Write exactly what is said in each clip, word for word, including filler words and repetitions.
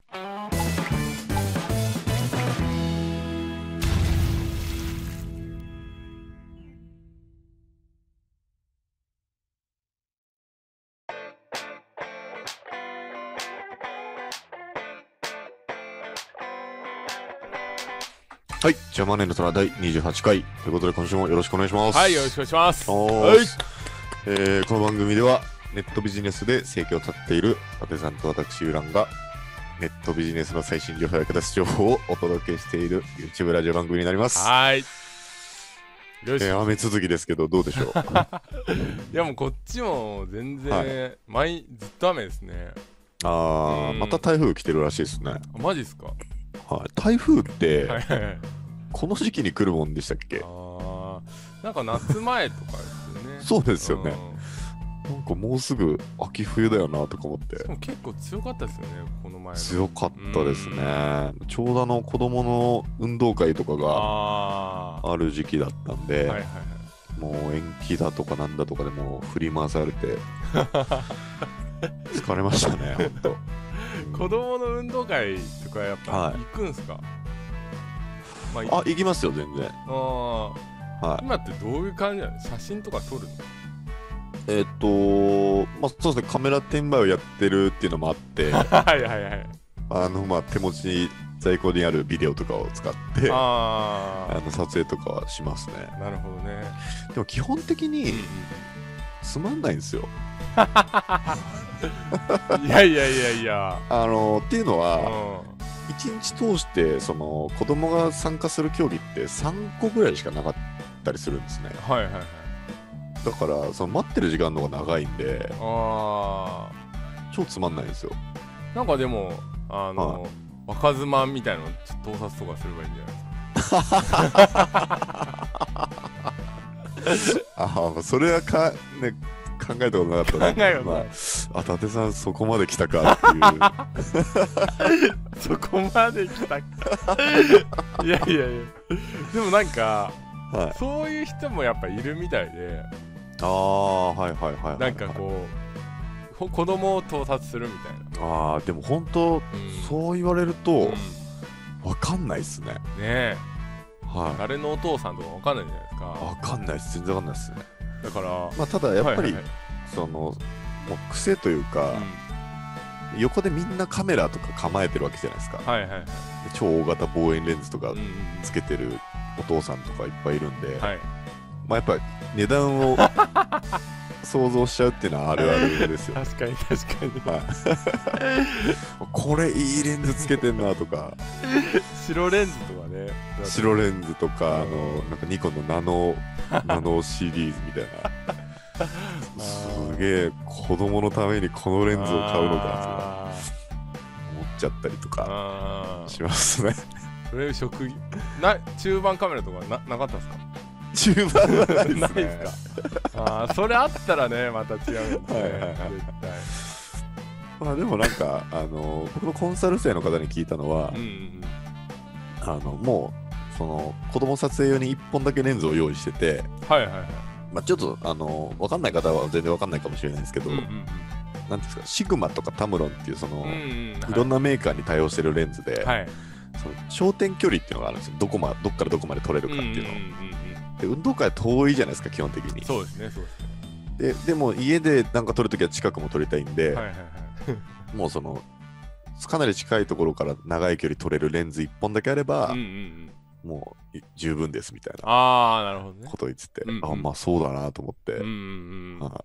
はい、じゃあマネーの虎だいにじゅうはちかいということで今週もよろしくお願いします。 はい、よろしくお願いします。 はい、えー、この番組ではネットビジネスで生計を立てている伊達さんと私ユーランがネットビジネスの最新情報や役立つ情報をお届けしている YouTube ラジオ番組になります。 はい。 よし、えー、雨続きですけどどうでしょう。 いやもうこっちも全然、はい、毎ずっと雨ですね。 あー、また台風来てるらしいですね。 マジですか。 はい、台風ってこの時期に来るもんでしたっけ？ あー、なんか夏前とかですよね。 そうですよね。なんかもうすぐ秋冬だよなとか思って。 でも結構強かったですよね、この前の。 強かったですね。ちょうどあの子供の運動会とかがある時期だったんで、もう延期だとかなんだとかでもう振り回されて疲れましたね、ほんと。 子供の運動会とかやっぱ行くんすか？はい、 まあ、あ、行きますよ全然。 あ、はい、今ってどういう感じなの？写真とか撮るの？ えっとまあそうですね、カメラ転売をやってるっていうのもあってはいはいはい、 あのまあ手持ちに在庫にあるビデオとかを使ってああの撮影とかはしますね。 なるほどね。 でも基本的につまんないんですよ。 いやいやいやいや、 あのっていうのは一日通してその子供が参加する競技ってさんこぐらいしかなかったりするんですね。 はいはいはい。 だからその待ってる時間の方が長いんで、あ超つまんないんですよ。 なんかでもあの、はい、若妻みたいなの盗撮とかすればいいんじゃないですか。 ああ、それはかね考えたことなかったね。 考えよ、まあ、 あ、伊達さんそこまで来たかっていう。 そこまで来たか。いやいやいや。でもなんか、はい、そういう人もやっぱいるみたいで。 ああ、はいはいはいはい、はい。 なんかこう子供を盗撮するみたいな。 ああ、でも本当、うん、そう言われると、うん、わかんないっすね。ねえ。はい。誰のお父さんとかわかんないじゃないですか。 わかんないっす。全然わかんないっすね。 だから、 まあ、ただやっぱり、はいはいはい、そのもう癖というか、うん、横でみんなカメラとか構えてるわけじゃないですか。はいはいはい、超大型望遠レンズとかつけてるお父さんとかいっぱいいるんで、はい、まあやっぱ値段を想像しちゃうっていうのはあるあるですよ。 確かに確かに、はい、 これいいレンズつけてんなとか白レンズとかね、 白レンズとか、あのなんかニコンのナノナノシリーズみたいなすげえ子供のためにこのレンズを買うのかとか思っちゃったりとかしますね。 それ職業な中盤カメラとか な, なかったですか？ 中盤はないですね。 ないですか？ああ、それあったらねまた違うんですね。はいはいはい、絶対。 まあでもなんかあの僕のコンサル生の方に聞いたのは、うんうん、あのもうその子供撮影用にいっぽんだけレンズを用意してて、はいはいはい、まあちょっとあの分かんない方は全然分かんないかもしれないですけど、うんうんうん、なんですか、シグマとかタムロンっていうその、うんうん、いろんなメーカーに対応してるレンズで、はい、その焦点距離っていうのがあるんですよ。どこまどっからどこまで撮れるかっていうのを、うんうんうんうん、で運動会は遠いじゃないですか基本的に。 そうですねそうですね。 で, でも家でなんか撮るときは近くも撮りたいんで、はいはいはい、もうそのかなり近いところから長い距離撮れるレンズいっぽんだけあれば、うんうんうん、もう十分ですみたいなあーなるほど、ね、 こと言ってて、うんうん、あまあそうだなと思って、うんうんうんは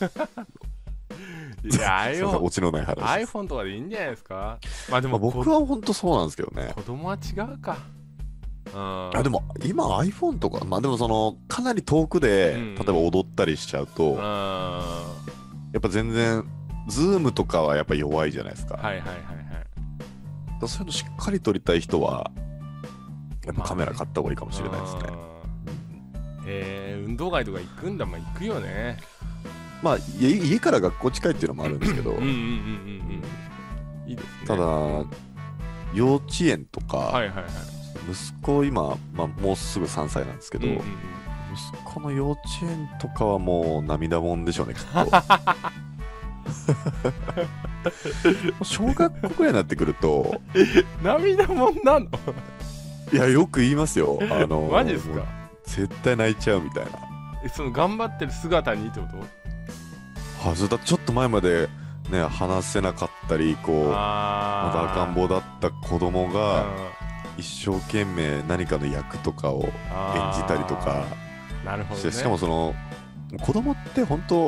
いやオチのない話 iPhone とかでいいんじゃないですか。まあでも、 まあ、僕は本当そうなんですけどね。 子供は違うか。 あでも今 iPhone とかまあでもそのかなり遠くで、うん、例えば踊ったりしちゃうと、うん、やっぱ全然ズームとかはやっぱ弱いじゃないですか。はいはいはいはい。だそういうのしっかり撮りたい人はやっぱカメラ買った方がいいかもしれないですね。 えー、運動会とか行くんだ、まあ行くよね。 まあ家から学校近いっていうのもあるんですけど、 いいですね。 ただ幼稚園とか、はいはいはい、息子今、まあ、もうすぐさんさいなんですけど、うんうんうん、息子の幼稚園とかはもう涙もんでしょうねきっと。 小学校くらいになってくると涙もんなの？ いや、よく言いますよ。あのマジですか？ 絶対泣いちゃうみたいな。 え、その頑張ってる姿にってこと？ はずだ。ちょっと前までね話せなかったり、こうまだ赤ん坊だった子供が一生懸命何かの役とかを演じたりとかして、ね、しかもその子供って本当、うん、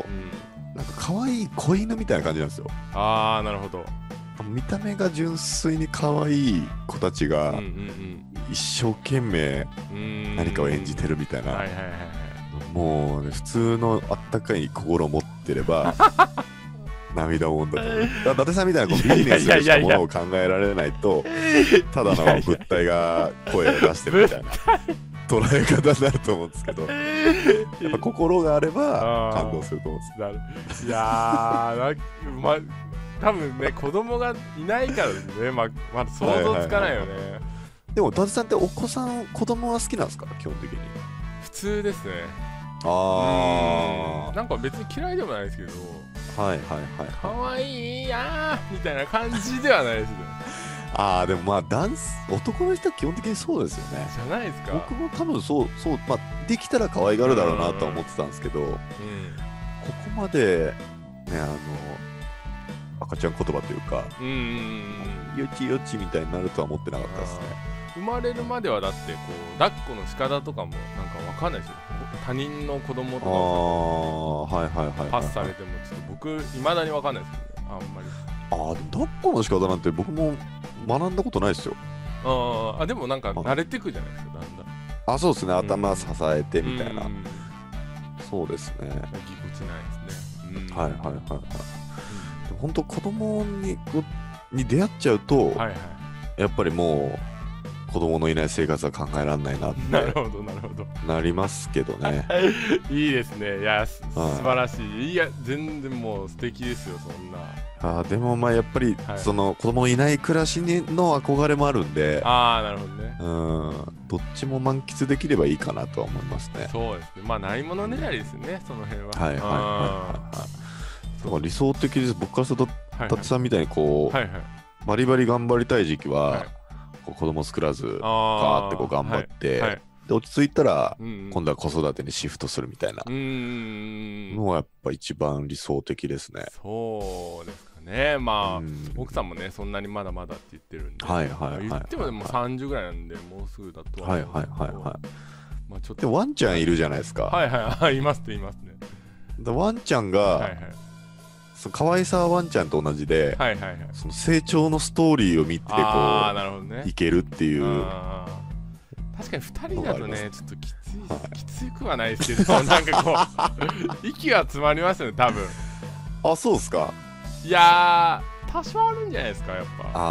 なんか可愛い子犬みたいな感じなんですよ。 ああ、なるほど。 見た目が純粋に可愛い子たちが一生懸命何かを演じてるみたいな。もう、ね、普通のあったかい心を持ってれば涙もんだと思う。伊達さんみたいなこうビジネスでしかものを考えられないと、ただの物体が声を出してるみたいな捉え方になると思うんですけど、やっぱ心があれば感動すると思うんです。 いやー、まあ多分ね、子供がいないからね、まあ、まだ想像つかないよね。 でも伊達さんってお子さん、子供は好きなんですか、基本的に？ 普通ですね。 ああ、 なんか別に嫌いでもないですけど、 はいはいはい、 かわいいやーみたいな感じではないですね。 ああ、でもまあダンス、男の人は基本的にそうですよね。 じゃないですか。 僕も多分そうそう、まあできたら可愛がるだろうなとは思ってたんですけど、うん、ここまでね、あの赤ちゃん言葉というか、うんうんうん、よちよちみたいになるとは思ってなかったですね。 生まれるまではだってこう抱っこの仕方とかもなんかわかんないですよ。他人の子供とかもパスされてもちょっと僕いまだにわかんないですけどね、あんまり。 ああ、でも抱っこの仕方なんて僕も学んだことないですよ。 ああ、でもなんか慣れてくじゃないですか、だんだん。 あ、そうですね、頭支えてみたいな。そうですね。 ぎこちないですね。 はいはいはいはい。本当子供にに出会っちゃうと、はいはい、やっぱりもう子供のいない生活は考えられないなってなるほどなるほどなりますけどね。 いいですね。いや、す、はい、素晴らしい。いや、全然もう素敵ですよ、そんな。 あ、でもまあやっぱり、はい、その子供のいない暮らしにの憧れもあるんで、 ああ、なるほどね。 うん、どっちも満喫できればいいかなとは思いますね。 そうですね。まあないものねだりですね、その辺は。 はいはいはいはいはい。だから理想的です。僕からすると伊達さんみたいにこう、はいはい、バリバリ頑張りたい時期は、はい、こう子供作らずガーってこう頑張って、はいはい、で落ち着いたら、うんうん、今度は子育てにシフトするみたいなのはやっぱ一番理想的ですね。 そうですかね。まあ、うん、奥さんもねそんなにまだまだって言ってるんで、はいはいはい、言ってもでもさんじゅうぐらいなんでもうすぐだとは思うんですけど、はいはいはいはい。 まあ、ちょっとでワンちゃんいるじゃないですか。 はいはいいますねいますね。 ワンちゃんが、はいはい、その可愛さはワンちゃんと同じで、はいはいはい、その成長のストーリーを見てこう、なるほどね、いけるっていう。 確かにふたりだとねちょっときつい、はい、きつくはないですけどなんかこう息が詰まりますよね多分。 あ、そうですか。 いやー多少あるんじゃないですかやっぱ。あ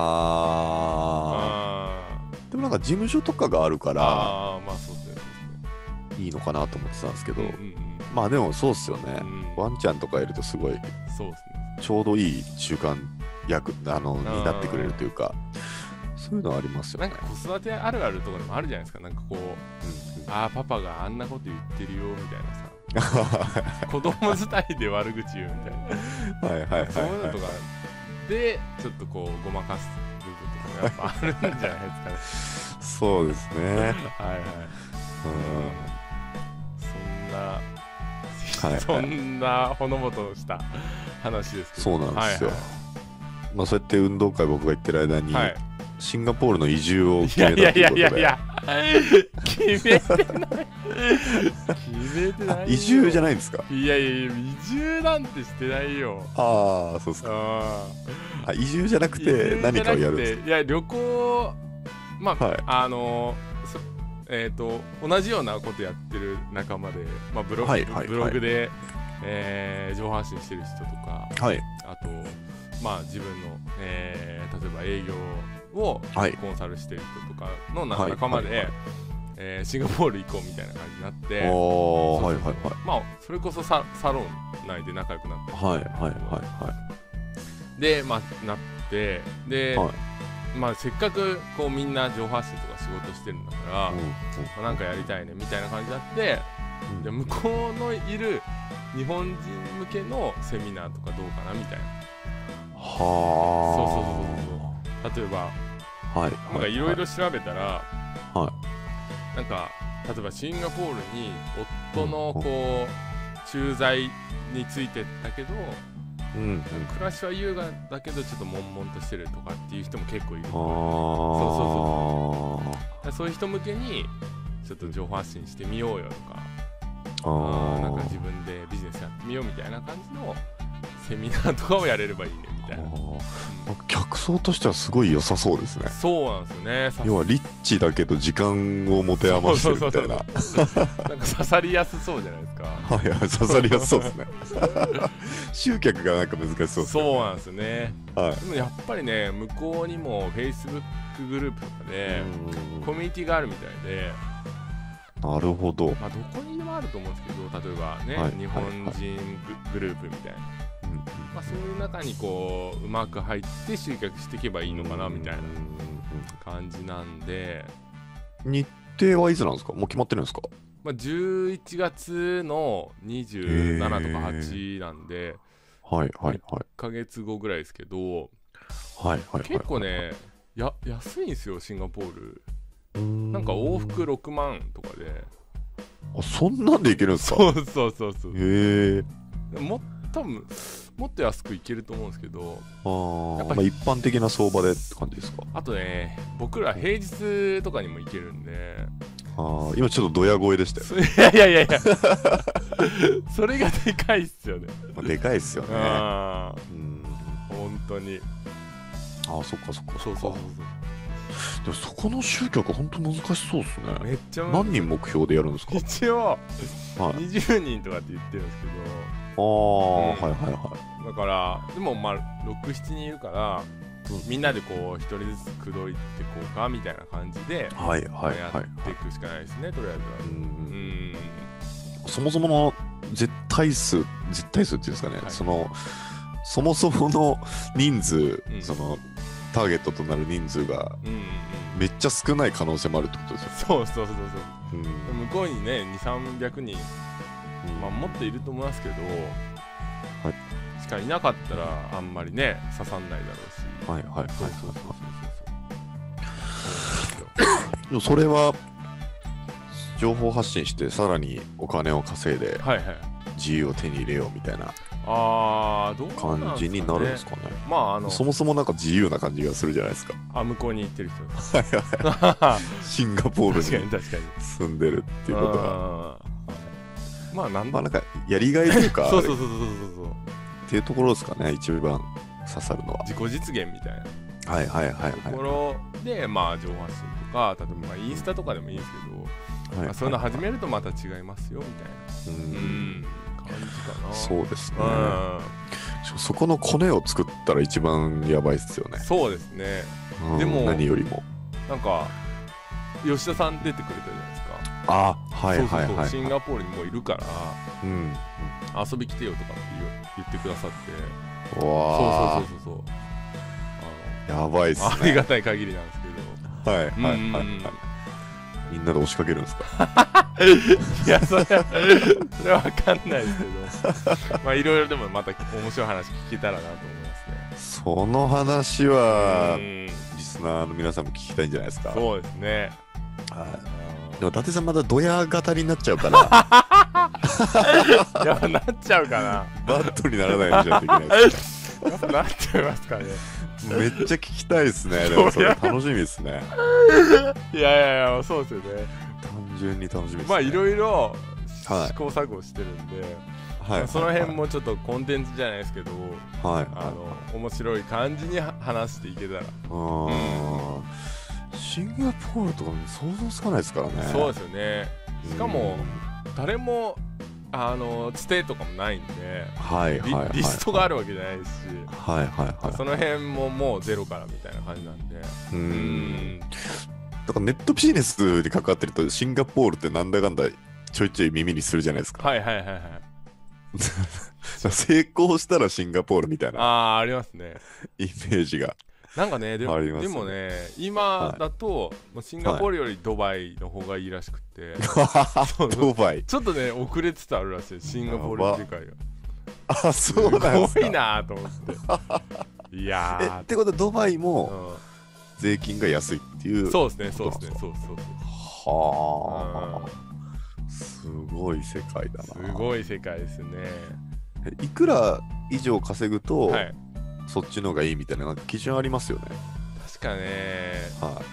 あでもなんか事務所とかがあるからあまあそうですねいいのかなと思ってたんですけど、うんうんうん、まあでもそうっすよね、うん、ワンちゃんとかいるとすごいそうですねちょうどいい習慣役あのになってくれるというかそういうのはありますよね。 なんか子育てあるあるところでもあるじゃないですか。なんかこう、うん、ああパパがあんなこと言ってるよみたいなさ子供伝いで悪口言うみたいなはいはいはい、はい、そういうのとかでちょっとこうごまかす部分とかもやっぱあるんじゃないですかねそうですねはいはい、うん、 そんな、はいはい、そんなほのぼとした話ですけど。 そうなんですよ、はいはい、まあそうやって運動会僕が行ってる間に、はい、シンガポールの移住を決めたということで。いやいやいやいや決めてない決めてないよ。 移住じゃないんですか。 いやいやいや移住なんてしてないよ。 ああそうですか。あ移住じゃなくて何かをやるんですか。 いや旅行まあ、はい、あのえっ、ー、と同じようなことやってる仲間で、まあ、ブログ、はいはいはい、ブログで、えー、情報発信してる人とか、はい、あとまあ自分の、えー、例えば営業をコンサルしてる人とかの仲間で、はいはいはい、えー、シンガポール行こうみたいな感じになって、そうはいはいはい、まあそれこそ サ, サロン内で仲良くなって、はいはいはいはい、でまあなってで、はい、まあせっかくこうみんな情報発信とか仕事してるんだから、うんうん、まあ、なんかやりたいねみたいな感じになって、うん、で向こうのいる日本人向けのセミナーとかどうかなみたいな。 そうそうそうそう。例えば、はい、なんかいろいろ調べたら、はい、なんか例えばシンガポールに夫のこう駐在についてったけど、うん、暮らしは優雅だけどちょっと悶々としてるとかっていう人も結構いる。そうそうそうそう。そういう人向けにちょっと情報発信してみようよとか、あなんか自分でビジネスやってみようみたいな感じのセミナーとかをやれればいいねみたいな。 客層としてはすごい良さそうですね。 そうなんですよね。 要はリッチだけど時間を持て余してるみたいな。なんか刺さりやすそうじゃないですか。 はいはい、刺さりやすそうですね。集客がなんか難しそうですね。 そうなんですよね。はい、でもやっぱりね、向こうにも Facebook グループとかでコミュニティがあるみたいで。 なるほど。 まあどこにでもあると思うんですけど、例えばね、はい、日本人グループみたいな。まあ、そういう中にこううまく入って集客していけばいいのかなみたいな感じなんで。 日程はいつなんですか？もう決まってるんですか？ まあ、じゅういちがつのにじゅうしちとかはちなんで、 はいはいはい、いっかげつごぐらいですけど、 はいはいはい、 結構ねや安いんですよシンガポール。なんか往復ろくまんとかで。 あ、そんなんでいけるんですか？ そうそうそうそう。 へえ。 も多分もっと安くいけると思うんですけど、 あやっぱまあ一般的な相場でって感じですか？ あとね、僕ら平日とかにも行けるんで。 あ今ちょっとドヤ声でしたよ。 いやいやいやいやそれがでかいっすよね。 でかいっすよね。あうん本当に。 ああそっかそっかそうそうそうそう。 でもそこの集客本当難しそうですね。 めっちゃ何人目標でやるんですか？ 一応、はい、にじゅうにんとかって言ってるんですけど。 ああ、うん、はいはいはい。 だからでもまあろく、しちにんいるから、うん、みんなでこう一人ずつ口説いてこうかみたいな感じで、 はいはいはい、 やっていくしかないですね、とりあえずは。うんうんそもそもの絶対数絶対数っていうんですかね、はい、そのそもそもの人数、うん、そのターゲットとなる人数がめっちゃ少ない可能性もあるってことですよね。 そうそうそうそう、うん、向こうにねにせんさんびゃくにん、うんまあ、もっといると思いますけど、はい、しかいなかったらあんまりね刺さんないだろうし。 はいはいはいそうそうそうそうでもそれは情報発信してさらにお金を稼いで自由を手に入れようみたいな感じになるんですかね。 まああのそもそもなんか自由な感じがするじゃないですか。 あ向こうに行ってる人シンガポールに住んでるっていうことはまあなんまあなんかやりがいというかそうそうそうそうそうそうっていうところですかね一番刺さるのは。 自己実現みたいなはいはいはいはいところでまあ情報発信とか例えばまあインスタとかでもいいんですけど、はいまあ、そういうの始めるとまた違いますよみたいな、うん、感じかな。 そうですね。そこのコネを作ったら一番やばいですよね。 そうですね。 でも何よりもなんか吉田さん出てくれたじゃないですか。 あはいはいはい、はい、 シンガポールにもういるから、うんうん、遊び来てよとかって言ってくださって。 わそうそうそうそうそうやばいっすね。 ありがたい限りなんですけどはいはいはいはいみんなで押しかけるんですか？ いやそれはそれは分かんないですけどまあいろいろでもまた面白い話聞けたらなと思いますね。その話はリスナーの皆さんも聞きたいんじゃないですか？ そうですね。 はいでも伊達さんまだドヤ型になっちゃうからいやなっちゃうかな。 バットにならないようにしないといけないですやっぱなっちゃいますかね。 めっちゃ聞きたいですね。でもそれ楽しみですね。 いやいやいやそうですよね。 単純に楽しみですね。 まあいろいろ試行錯誤してるんで、はいまあ、その辺もちょっとコンテンツじゃないですけど、はい、あの面白い感じに話していけたら。あうん、 シンガポールとか想像つかないですからね。 そうですよね。しかも誰もあのつてとかもないんで、 はいはいはいはい、 リストがあるわけじゃないし、 はいはいはい、 その辺ももうゼロからみたいな感じなんで。うーんだからネットビジネスに関わってるとシンガポールってなんだかんだちょいちょい耳にするじゃないですか。 はいはいはいはい成功したらシンガポールみたいなあーありますねイメージがなんかねでも、ね、でもね今だと、はい、シンガポールよりドバイの方がいいらしくて、 はい、ドバイちょっとね遅れつつあるらしいシンガポール世界が。 あそうなんですか。 すごいなと思っていやーえってことはドバイも税金が安いっていう、 うん、そうですねそうですねそうそうはあ、すごい世界だな。 すごい世界ですね。 いくら以上稼ぐと、 はい、 そっちの方がいいみたいな、なんか基準ありますよね。 確かね、 はい、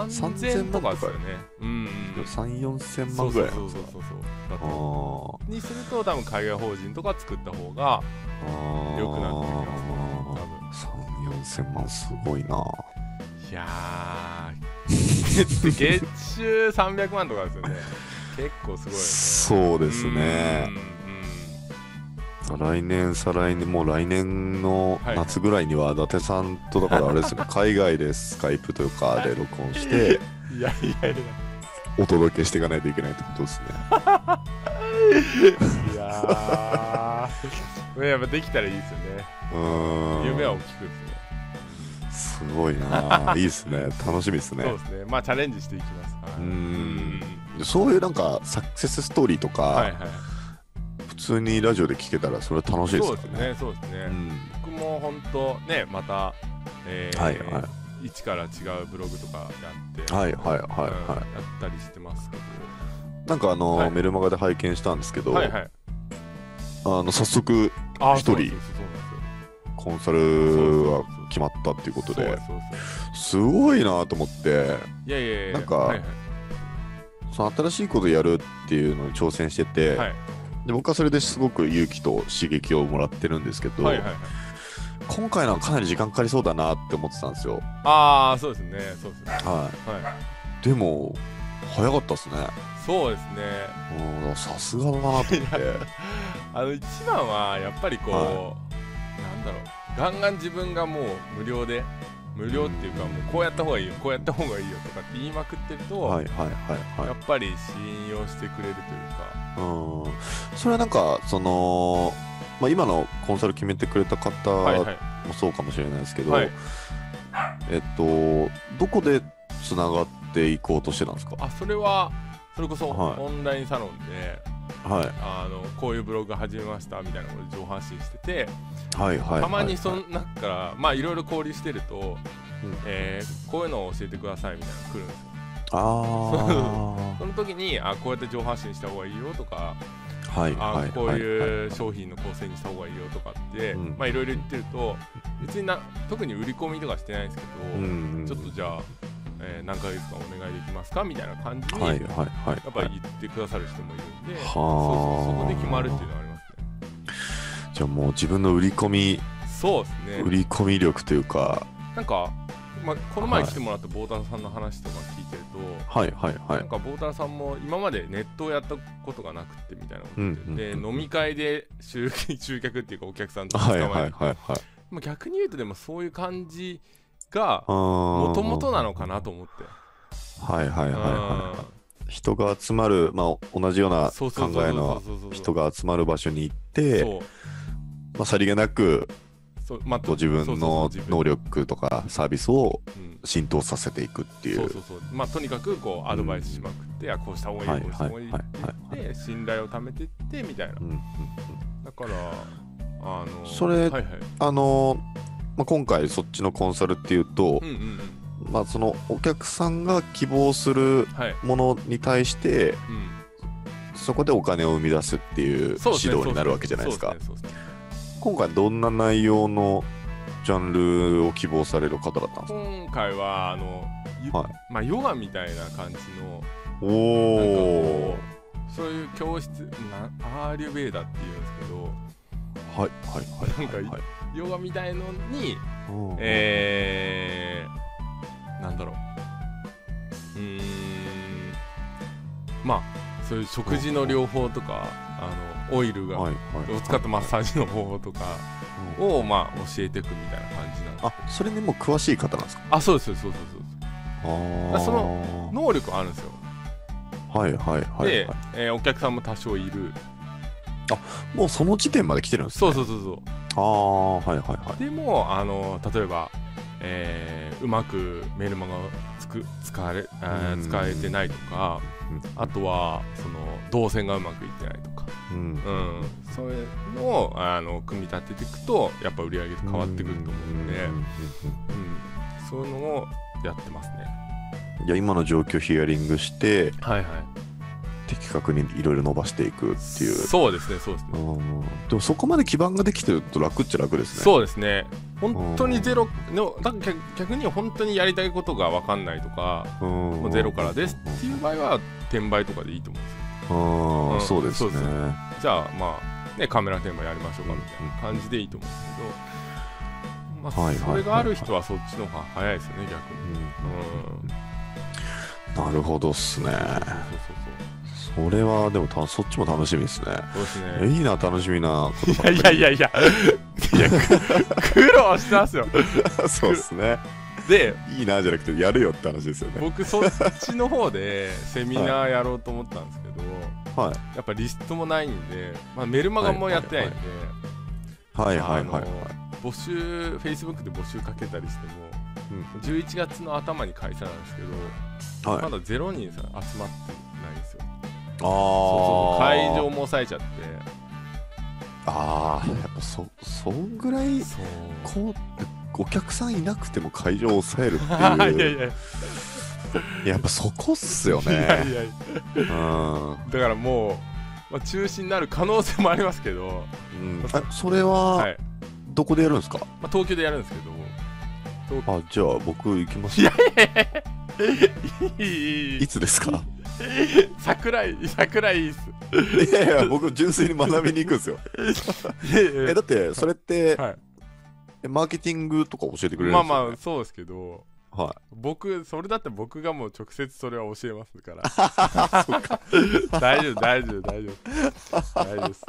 さんぜんとかですよね。うん、 うん、さん、よんせんまんぐらいなんですか。 そうそうそうそうそう。にすると多分海外法人とか作った方が良くなってきますね。多分さん、よんせんまんすごいな。 いやー月収さんびゃくまんとかですよね。結構すごいですね。そうですね。来年再来年もう来年の夏ぐらいには伊達さんとだからあれですね海外でスカイプとかで録音していやいやいやお届けしていかないといけないってことですね。 いやーやっぱできたらいいですよね。うん夢は大きくですね。 すごいないいですね。楽しみですね。 そうですね。まあチャレンジしていきます。はい、うんそういうなんかサクセスストーリーとか、はいはい、普通にラジオで聞けたらそれは楽しいですよね。 そうですね。そうですね。うん、僕も本当ねまた、えーはいはい、一から違うブログとかやってはいはいはいはい、うん、 やったりしてますけど、 なんかあの、はい、メルマガで拝見したんですけど、はいはい、あの早速一人コンサルは決まったっていうことですごいなと思って、 いやいやいやなんか、はいはい、その新しいことやるっていうのに挑戦してて、はい、で僕はそれですごく勇気と刺激をもらってるんですけど、はいはいはい、今回のはかなり時間かかりそうだなって思ってたんですよ。 ああそうですねそうですね。 はい、はい、でも早かったですね。 そうですね。さすがだなと思ってあの一番はやっぱりこう、はい、なんだろうガンガン自分がもう無料で無料っていうかもうこうやった方がいいよこうやった方がいいよとかって言いまくってると、はいはいはいはい、やっぱり信用してくれるというか、 うん、それはなんかその、まあ、今のコンサル決めてくれた方もそうかもしれないですけど、はいはい、えっとどこでつながっていこうとしてたんですか？ あそれはそれこそオンラインサロンで、はい、あのこういうブログ始めましたみたいなことで情報発信してて、はいはいはいはい、たまにその中からまあいろいろ交流してると、うんえー、こういうのを教えてくださいみたいなのが来るんですよ。あその時にあこうやって情報発信した方がいいよとか、はい、あこういう商品の構成にした方がいいよとかっていろいろ言ってると別にな特に売り込みとかしてないんですけど、うんうん、ちょっとじゃあえー、何ヶ月間お願いできますかみたいな感じに、はいはいはい、やっぱり言ってくださる人もいるんで、はい、そうそうそこで決まるっていうのはありますね。 じゃあもう自分の売り込みそうですね売り込み力というかなんか、まあ、この前来てもらったボータラさんの話とか聞いてると、はいはいはい、なんかボータラさんも今までネットをやったことがなくてみたいなことで、うんうんうん、で飲み会で集集客っていうかお客さんと捕まえる、はいはいはいはい、逆に言うとでもそういう感じがもともとなのかなと思って、 はいはいはいはい、人が集まる、まあ、同じような考えの人が集まる場所に行ってまあさりげなくそう、まあ、ご自分の能力とかサービスを浸透させていくっていう、うん、そうそうそう、 まあ、とにかくこうアドバイスしまくって、うん、こうした方がいいこうした方がいいって言って信頼を貯めていってみたいな、うんうんうん、だからあのそれ、はいはい、あのまあ、今回そっちのコンサルっていうと、うんうんうんまあ、そのお客さんが希望するものに対して、はいうん、そこでお金を生み出すっていう指導になるわけじゃないですか。今回どんな内容のジャンルを希望される方だったんですか？ 今回はあの、はいまあ、ヨガみたいな感じのおそういう教室アーリュベーダっていうんですけどはいはいはいはい、はい、 ヨガみたいのに、えー、なんだろう、うーん、まあそういう食事の療法とか、あのオイルが、はいはい、を使ったマッサージの方法とかを、まあ、教えていくみたいな感じなんです。 あ、それにもう詳しい方なんですか？ あ、そうですそうそうそうそう。あその能力あるんですよ。 はいはいはい、はい、 で、えー、お客さんも多少いる。 あ、もうその時点まで来てるんですね。 そうそうそうそう。 ああ、はいはいはい。 でもあの例えば、えー、うまくメルマガをつく使われ、えー、使えてないとか、あとはその動線がうまくいってないとか、 うん、そういうのをあの組み立てていくとやっぱ売り上げと変わってくると思うんで、うんうん、そういうのをやってますね。 いや今の状況ヒアリングして、 はいはい、 的確にいろいろ伸ばしていくっていう。 そうですねそうですね。 でもそこまで基盤ができてると楽っちゃ楽ですね。 そうですね。本当にゼロのだ逆に本当にやりたいことが分かんないとか、もうゼロからですっていう場合は転売とかでいいと思うんですよ。 ああ、そうですね。 じゃあまあねカメラ転売やりましょうかみたいな感じでいいと思うんですけど、まあ、はいはいはいはい、それがある人はそっちの方が早いですよね逆に、 うんうん、なるほどっすね。そうそうそうそう、それはでもたそっちも楽しみですね。 そうですね。 いいな、楽しみな。 いやいやいやいやいや苦労してますよそうですね。でいいなじゃなくてやるよって話ですよね。 僕そっちの方でセミナーやろうと思ったんですけど、はい、やっぱリストもないんで、まあ、メルマガもやってないんで、はいはいはいはい、募集 Facebook で募集かけたりしても、うん、じゅういちがつの頭に開催なんですけど、はい、まだゼロにんさ集まってないんですよ。あ、そうそう、会場も抑えちゃって、 ああ、やっぱそそんぐらいこうお客さんいなくても会場を抑えるっていういやいややっぱそこっすよね。いやいやいや、 うん、だからもう、まあ、中止になる可能性もありますけど、 うん、あそれは、はい、どこでやるんですか？ まあ、東京でやるんですけど。 あ、じゃあ僕行きますよ。いつですか？ 桜井、桜井いいっす。 いやいや、僕純粋に学びに行くんですよ。え、だってそれって、はい、マーケティングとか教えてくれるんですよね。 まあまあそうですけど、 はい、 僕それだって僕がもう直接それは教えますから。大丈夫大丈夫大丈夫大丈夫です。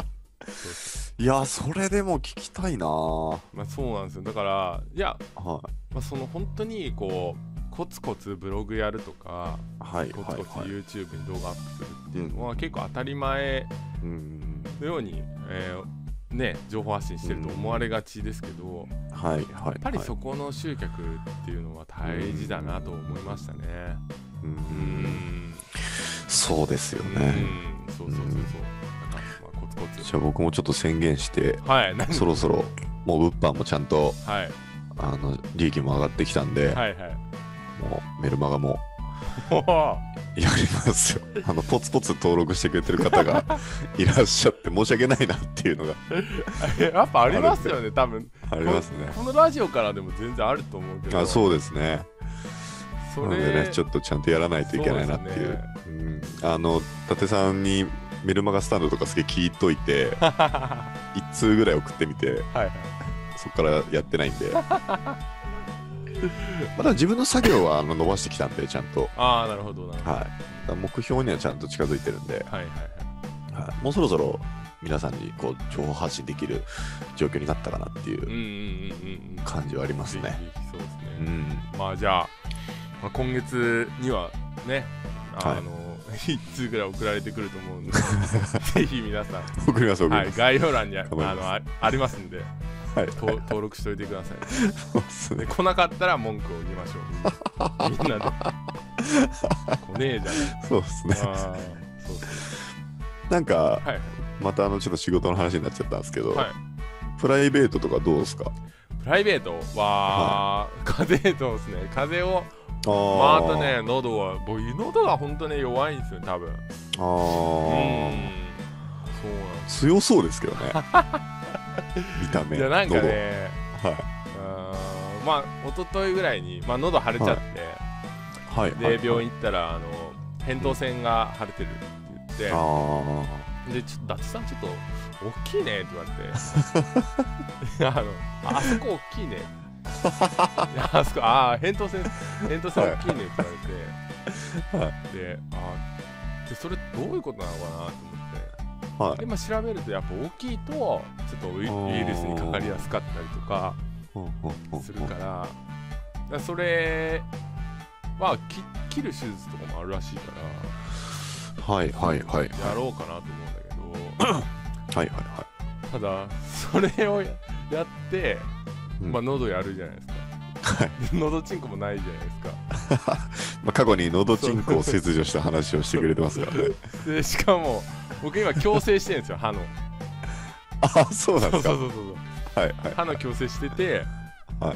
いや、それでも聞きたいな。 まあそうなんですよ。だからいや、はい、まあ、その本当にこうコツコツブログやるとか、はい、コツコツ YouTube に動画アップするっていうのは、うん、結構当たり前のように、えーね、情報発信してると思われがちですけど、うん、はいはい、やっぱりそこの集客っていうのは大事だなと思いましたね。うん、うん、 そうですよね。 うん、そうそうそうそう、うん、なんかまあコツコツ。 じゃあ僕もちょっと宣言して、はい、そろそろもう物販もちゃんと、はい、あの利益も上がってきたんで、はいはい、もうメルマガもやりますよ。あのポツポツ登録してくれてる方がいらっしゃって申し訳ないなっていうのがやっぱありますよね。多分ありますね。 このラジオからでも全然あると思うけど。 あ、そうですね。それなのでね、ちょっとちゃんとやらないといけないなっていう。うん、あの伊達さんにメルマガスタンドとかすげえ聞いといていち通ぐらい送ってみて、はい、はい、そこからやってないんでまだ自分の作業はあの伸ばしてきたんでちゃんと。 ああ、なるほどなるほど、はい、 目標にはちゃんと近づいてるんで、はいはいはい、はい、もうそろそろ皆さんにこう情報発信できる状況になったかなっていう感じはありますね。 そうですね、うん、まあじゃあ、まあ、今月にはね、あの、はい、いち通ぐらい送られてくると思うんでぜひ皆さん送ります送ります、 はい、概要欄に あ, あ, の あ, ありますんで、はい、登録しておいてください。そうですね、来なかったら文句を言いましょう。みんなで来ねえじゃん。 そうですね。あ、そうですね。なんか、はい、またあのちょっと仕事の話になっちゃったんですけど、はい、プライベートとかどうですか？ プライベートは、はい、風邪とですね、風邪をまたね、喉は僕喉が本当ね弱いんですよ多分。ああ、うん、そうなんです。 強そうですけどね見た目。 いやなんかね、はい、あまあ一昨日ぐらいに、まあ、喉腫れちゃって、はい、で、はい、病院行ったらあの扁桃腺が腫れてるって言って、うん、でちょっと伊達さんちょっと大きいねって言われてあのあそこ大きいねあそこあ扁桃腺扁桃腺大きいねって言われて、はい、であでそれどういうことなのかなと思って、はい、でまあ、調べるとやっぱ大きいとちょっとウイルスにかかりやすかったりとかするから、だからそれは切る手術とかもあるらしいから、 はいはいはい、 やろうかなと思うんだけどはいはいはい、 ただそれを や, やってまあ喉やるじゃないですか、はい、喉チンコもないじゃないですかまあ過去に喉チンコを切除した話をしてくれてますからねでしかも僕今矯正してるんですよ、歯の。 あ、そうなんですか。 そうそうそうそう。はいはい、歯の矯正してて、はい、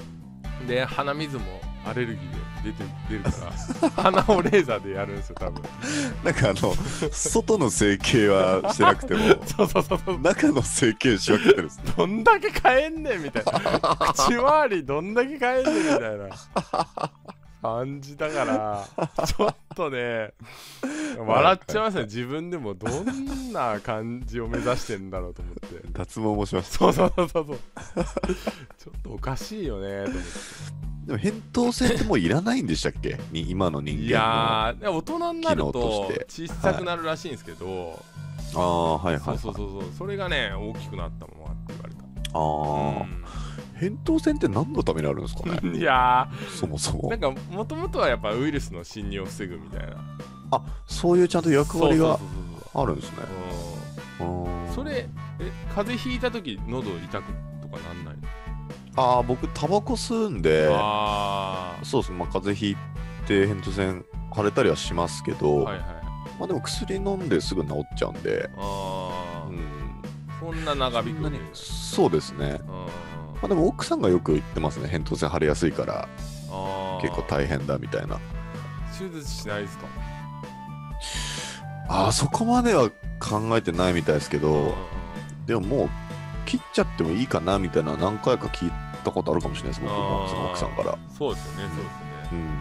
で鼻水もアレルギーで出て出るから鼻をレーザーでやるんですよ多分。 なんかあの外の整形はしてなくてもそうそうそうそう、 中の整形し分けてるんですね。 どんだけ変えんねんみたいな口周りどんだけ変えんねんみたいな感じだからちょっとね笑っちゃいますね。自分でもどんな感じを目指してんだろうと思って。 脱毛もしました。 そうそうそうそうちょっとおかしいよねと思って。 でも扁桃腺ってもういらないんでしたっけに今の人間の。いやー大人になると小さくなるらしいんですけど、はい、 ああはいはい、はい、 そうそうそうそう、それがね大きくなったままって言われた。 ああ、うん扁桃腺って何のためにあるんですかね。 いやーそもそもなんかもともとはやっぱウイルスの侵入を防ぐみたいな。 あ、そういうちゃんと役割があるんですね。 それえ風邪ひいた時喉痛くとかなんないの？ ああ、僕タバコ吸うんで、 あそうですね、まあ、風邪ひいて扁桃腺腫れたりはしますけど、はいはい、まあでも薬飲んですぐ治っちゃうんで、あ、 うん、そんな長引くね。 そうですね。まあ、でも奥さんがよく言ってますね、扁桃腺腫れやすいから結構大変だみたいな。 手術しないですか？ ああ、そこまでは考えてないみたいですけど、でももう切っちゃってもいいかなみたいな何回か聞いたことあるかもしれないです、僕もその奥さんから。 そうですよね、そうですよね。うん、うん、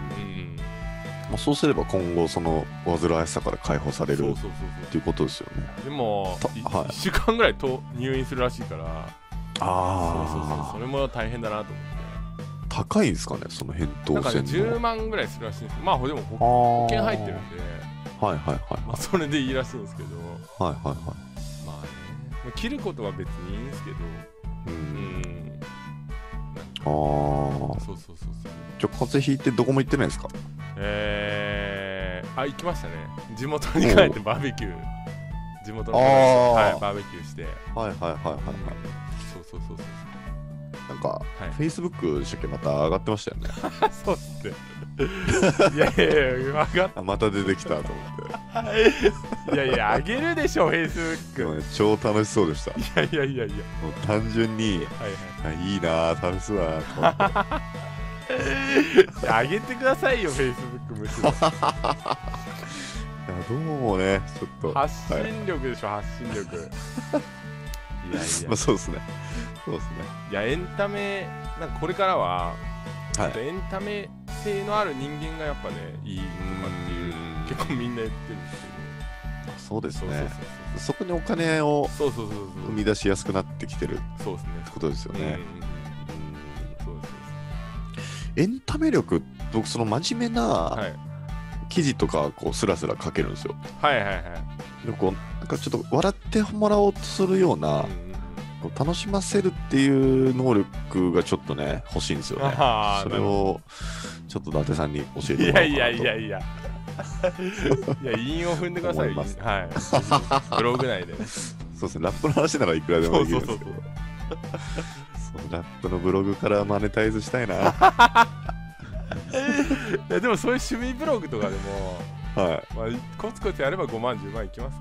まあ、そうすれば今後その煩わしさから解放されるっていうことですよね。 でも、はい、いっしゅうかんぐらいと入院するらしいから、 ああ、 そうそうそう、それも大変だなと思って。 高いんですかね、その扁桃腺の。 なんかね、じゅうまんぐらいするらしいんですけど、まあでも保険入ってるんで、 はいはいはい、 まあそれでいいらしいんですけど、 はいはいはい、まあね、切ることは別にいいんですけど、うん、うん、 ああ、そうそうそうそう。 じゃあ風邪ひいてどこも行ってないですか？ えー、あ、行きましたね。地元に帰ってバーベキュー、地元の、はい、バーベキューして、 はいはいはいはいはい、 そうそうそうそう。 なんか、フェイスブックでしたっけ、また上がってましたよね。 そうっすね。いやいやいや、上がっまた出てきたと思って。 いやいや、あげるでしょ、フェイスブック。 ね、超楽しそうでした。 いやいやいやいや。 もう単純に、はいはい、いいなぁ、楽しそうだなと思って。 あげてくださいよ、フェイスブックむしろ。いや、 どうもね、ちょっと。 発信力でしょ、はい、発信力。いやいや。 まあそうですね。そうですね。 いや、エンタメ、なんかこれからは、はい、エンタメ性のある人間がやっぱね、いいとかっていう、結構みんな言ってるんですけど。 そうですね。そこにお金を生み出しやすくなってきてるってことですよね。エンタメ力、僕その真面目な記事とかこうスラスラ書けるんですよ。 はいはいはい。 でこうなんかちょっと笑ってもらおうとするような、こう楽しませるっていう能力がちょっとね欲しいんですよね。それをちょっと伊達さんに教えてもらおうかなと。 いやいやいやいや。いや、韻を踏んでください。はい。ブログ内でね。 そうですね。ラップの話ならいくらでもできるんですけど。そうラップのブログからマネタイズしたいな。いやでもそういう趣味ブログとかでも、 はい、 まあ、コツコツやればごまんじゅうまんいきますから、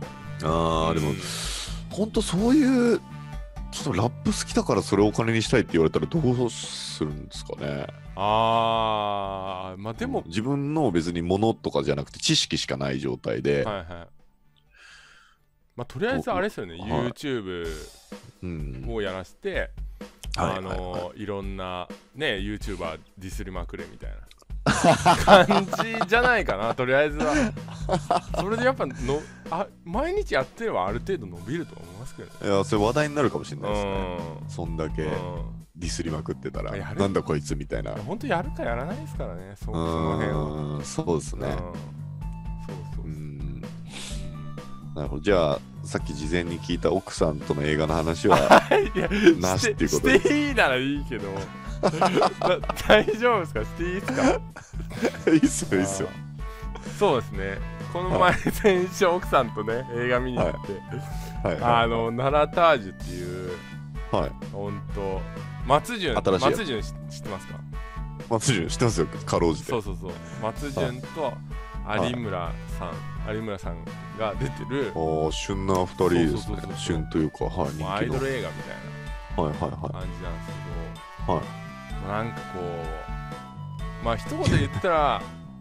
ね。ああ、でも本当そういうちょっとラップ好きだからそれをお金にしたいって言われたらどうするんですかね。 ああ、まあでも自分の別に物とかじゃなくて知識しかない状態で、 はいはい、まあとりあえずあれですよね、はい、YouTube をやらせて、うん、あのーはいはいはい、いろんなね YouTuber ディスりまくれみたいな感じじゃないかな。とりあえずはそれでやっぱのあ毎日やってればある程度伸びると思いますけどね。 いや、それ話題になるかもしれないですね。そんだけディスりまくってたらなんだこいつみたいな。 本当やるかやらないですからね、そ, その辺は。 そうですね。 そうそうそう。うん、 なるほど。じゃあさっき事前に聞いた奥さんとの映画の話はなしっていうことで。 していいならいいけど大丈夫ですか？していいですか？ いいっすよいいっすよ。 そうですね。この前先週奥さんとね映画見に行って、はいはいはい、あのナラタージュっていう、はい、本当松潤松潤知ってますか？ 松潤知ってますよ、かろうじて。 そうそうそう、松潤と、はい、 有村さん、はい、有村さんが出てるあ旬なふたりですね。旬というか、はい、人気のアイドル映画みたいなはいはいはい感じなんですけど、 はい、 なんかこうまあ一言で言ったら、はい、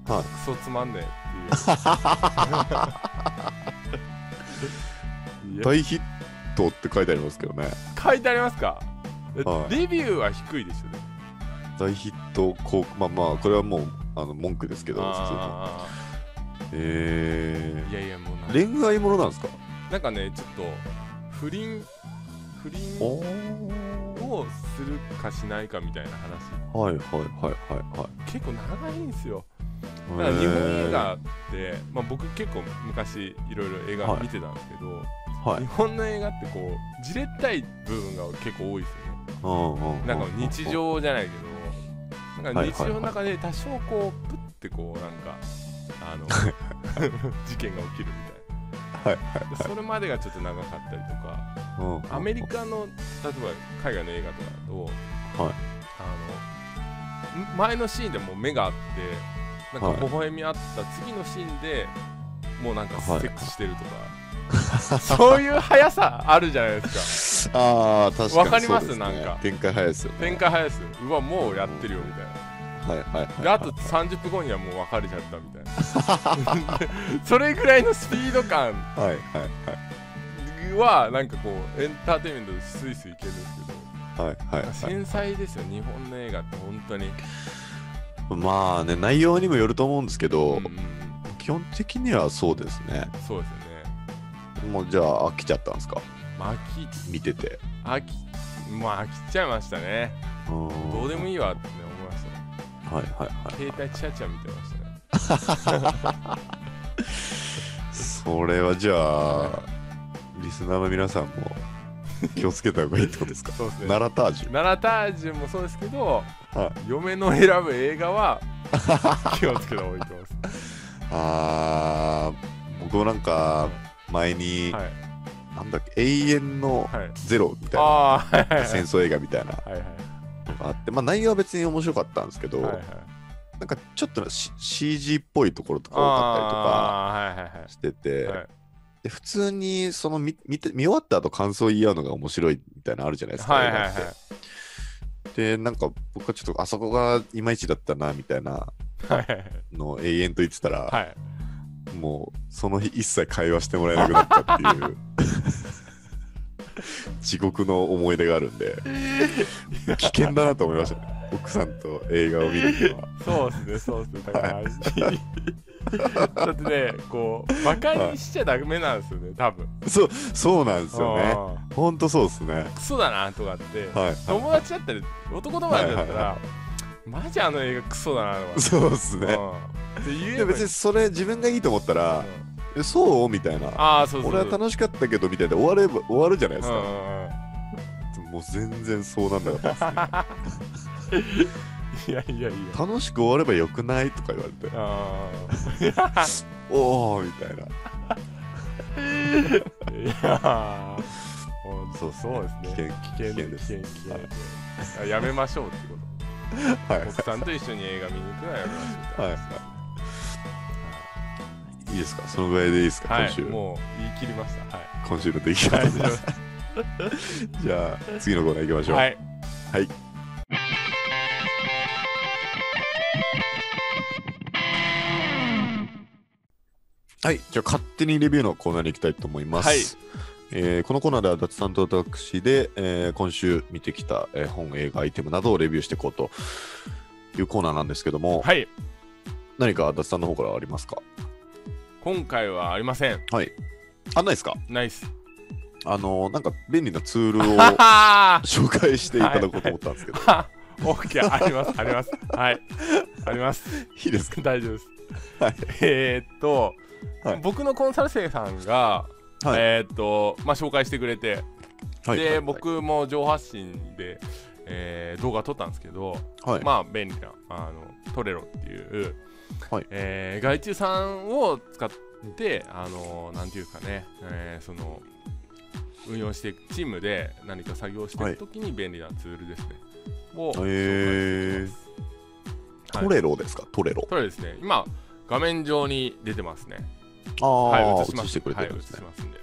クソつまんねえっていう大ヒットって書いてありますけどね。 書いてありますか、 はい、 レビューは低いでしょね。 大ヒットこうまあまあこれはもうあの文句ですけど普通のえー、 いやいやもう恋愛ものなんですか。 なんかねちょっと不倫不倫をするかしないかみたいな話。 はいはいはいはいはい。 結構長いんですよ。だから日本映画って、まあ、僕結構昔いろいろ映画見てたんですけど、はい、日本の映画ってこうじれったい部分が結構多いですよね。なんか日常じゃないけど、なんか日常の中で多少こうプッてこうなんかあの事件が起きるみたいな、はいはいはい、それまでがちょっと長かったりとか、アメリカの例えば海外の映画とかだと、はい、あの前のシーンでもう目があってなんか微笑みあった次のシーンでもうなんかセックスしてるとか、はい、そういう速さあるじゃないですか。 ああ確かにそうですね。 わかります？なんか展開早いですよね。 展開早いですよ。うわもうやってるよみたいな。 はいはいはいはい、 であとさんじゅっぷんごにはもう別れちゃったみたいなそれぐらいのスピード感はなんかこうエンターテインメントでスイスイいけるんですけど、はいはいはい、繊細ですよ日本の映画って本当に。 まあね内容にもよると思うんですけど、うんうん、基本的にはそうですね。 そうですよね。 もうじゃあ飽きちゃったんですか。 まあ、飽き見てて飽きまあ飽きちゃいましたね。どうでもいいわって、ね、思いましたね。はいはいはい、携帯チャチャ見てましたねそれはじゃあリスナーの皆さんも気をつけた方がいいってことですか。そうですね。ナラタージュナラタージュもそうですけど、はい、嫁の選ぶ映画は気をつけた方がいいと思いますあー僕もなんか前に、はい、なんだっけ永遠のゼロみたいな、はい、戦争映画みたいなはいはいあって、まあ、内容は別に面白かったんですけど、はいはい、なんかちょっと シージー っぽいところとか多かったりとかしてて、はいはいはい、で普通にその 見, 見, て見終わった後感想言い合うのが面白いみたいなのあるじゃないですか、はいはいはい、でなんか僕はちょっとあそこがいまいちだったなみたいなのを永遠と言ってたら、はい、もうその日一切会話してもらえなくなったっていう地獄の思い出があるんで危険だなと思いましたね奥さんと映画を見るには。 そうですねそうですねだから、はい、だってねこうバカにしちゃダメなんですよね多分。 そうそうなんですよね。ほんとそうですね。 クソだなとかって、はい、友達だったり男友達だったら、はいはいはい、マジあの映画クソだなとか。そうですね、うん、って言えば別にそれ自分がいいと思ったら、うん、そうみたいな。あそうそうそう俺は楽しかったけどみたいで終われば終わるじゃないですか、うん、もう全然そうなんなかったですねいやいやいや楽しく終わればよくないとか言われてあおおみたいないやそうそうですね危険危険です危険危険ですねやめましょうってことはい奥さんと一緒に映画見に行くのはやめましょうって話です、 はいいいですかそのぐらいでいいですか、 はい、 今週もう言い切りました、はい、 今週の出来事ですじゃあ次のコーナー行きましょう。はい、はいはい、じゃあ勝手にレビューのコーナーに行きたいと思います、はいえー、このコーナーではダツさんと私で、えー、今週見てきた、えー、本映画アイテムなどをレビューしていこうというコーナーなんですけども、はい、何かダツさんの方からありますか。 今回はありません。 はい。あ、ないですか。 ないっす。 あのー、なんか便利なツールを紹介していただこうと思ったんですけどオッケーありますありますはいあります。 いいですか。 大丈夫です、はい、えー、っとはい、僕のコンサル生さんが、はい、えー、っとまあ紹介してくれて、はい、で、はいはい、僕も情報発信で、えー、動画撮ったんですけど、はい、まあ便利なあのトレロっていう、はいえー、外注さんを使ってあのなんていうかね、えー、その運用していくチームで何か作業していくときに便利なツールですね、はい、を紹介していきます、 えー、トレロですか。トレロトレロですね。今画面上に出てますね。 ああ、 はい、映し映してくれてるんですね。 はい、映しますんで。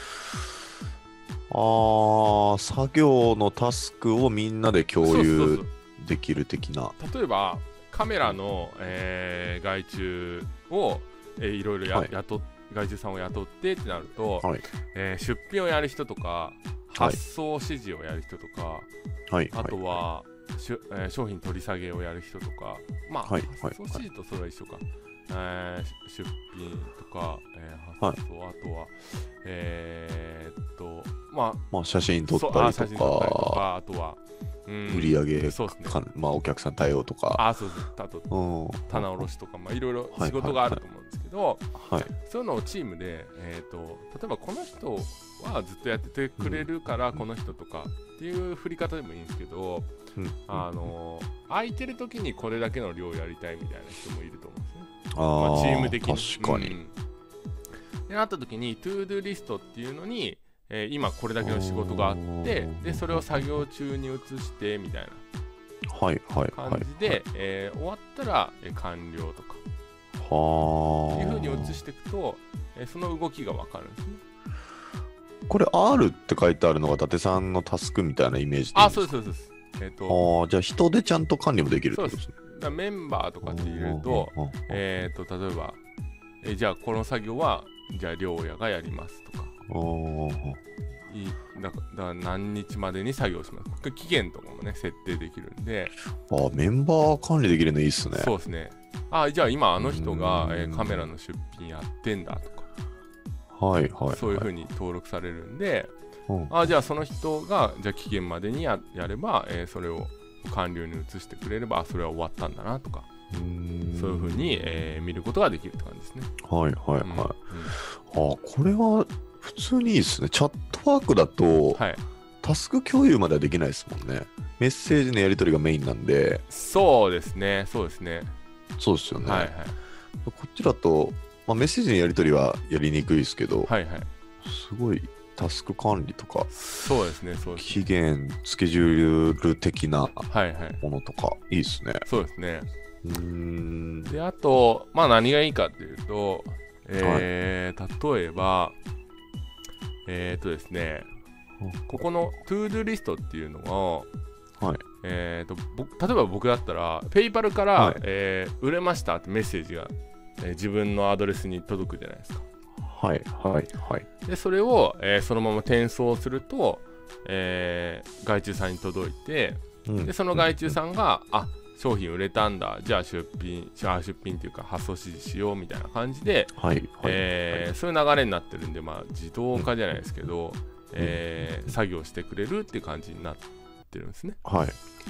ああ、作業のタスクをみんなで共有できる的な。 例えばカメラの、えー、外注を、えー、いろいろや、はい、雇外注さんを雇ってってなると、はい、えー、出品をやる人とか発送指示をやる人とか、はい、あとは、はいしゅえー、商品取り下げをやる人とか、まあ、はい、発送指示とそれは一緒か、えー、出品とか、えー、発送、はい、あとはえー、っとまあ、 まあ、写真撮ったりとか、写真撮ったりとか、 あとは、うん、 売り上げ、そうですね、まあ、お客さん対応とか、 あ、そうですね、あと棚卸しとか、まあ、いろいろ仕事があると思うんですけど、はいはいはい、そういうのをチームで、えー、と例えばこの人はずっとやっててくれるから、うん、この人とかっていう振り方でもいいんですけど、うん、あの空いてる時にこれだけの量やりたいみたいな人もいると思うんですね。 あ、まあ、 チーム的に確かに、うん、 でなった時にトゥードゥリストっていうのに、えー、今これだけの仕事があってでそれを作業中に移してみたいな感じで、はいはいはいはいえー、終わったら、えー、完了とかはいう風に移していくと、えー、その動きが分かるんですね。 これ アール って書いてあるのが伊達さんのタスクみたいなイメージでいいんですか？ あ、そうですそうです。えーと、 あ、じゃあ人でちゃんと管理もできるってことですね。 だメンバーとかって入れると、えー、と例えば、えー、じゃあこの作業はじゃあ良也がやりますとかいだだ何日までに作業します。期限とかもね設定できるんで、 あ、メンバー管理できるのいいっすね。 そうですね。あ、じゃあ今あの人が、えー、カメラの出品やってんだとか、 はいはい、はい、 そういう風に登録されるんで、うん、あ、じゃあその人がじゃあ期限までに や, やれば、えー、それを完了に移してくれれば、あ、それは終わったんだなとか、うーん、そういう風に、えー、見ることができるって感じですね。 はいはいはい、うんうん、あ、これは普通にいいですね。チャットワークだと、はい、タスク共有まではできないですもんね。メッセージのやり取りがメインなんで。 そうですねそうですねそうですよね、 はいはい、 こっちだと、まあ、メッセージのやり取りはやりにくいですけど、 はいはい、 すごいタスク管理とか、 そうですねそうですね、 期限スケジュール的なものとか、はいはい、いいですね。 そうですね。うーんで、あと、まあ、何がいいかっていうと、えーはい、例えばえー、っとですね、ここのトゥードゥリストっていうのを、はい、えー、っと例えば僕だったらペイパルから、はい、えー、売れましたってメッセージが、えー、自分のアドレスに届くじゃないですか。 はいはいはい。 でそれを、えー、そのまま転送すると、えー、外注さんに届いて、うん、でその外注さんが、うん、あ、商品売れたんだ、じゃあ出品、じゃあ出品っていうか発送指示しようみたいな感じで、はいはいえーはい、そういう流れになってるんで、まあ、自動化じゃないですけど、うんえー、作業してくれるっていう感じになってるんですね。はい、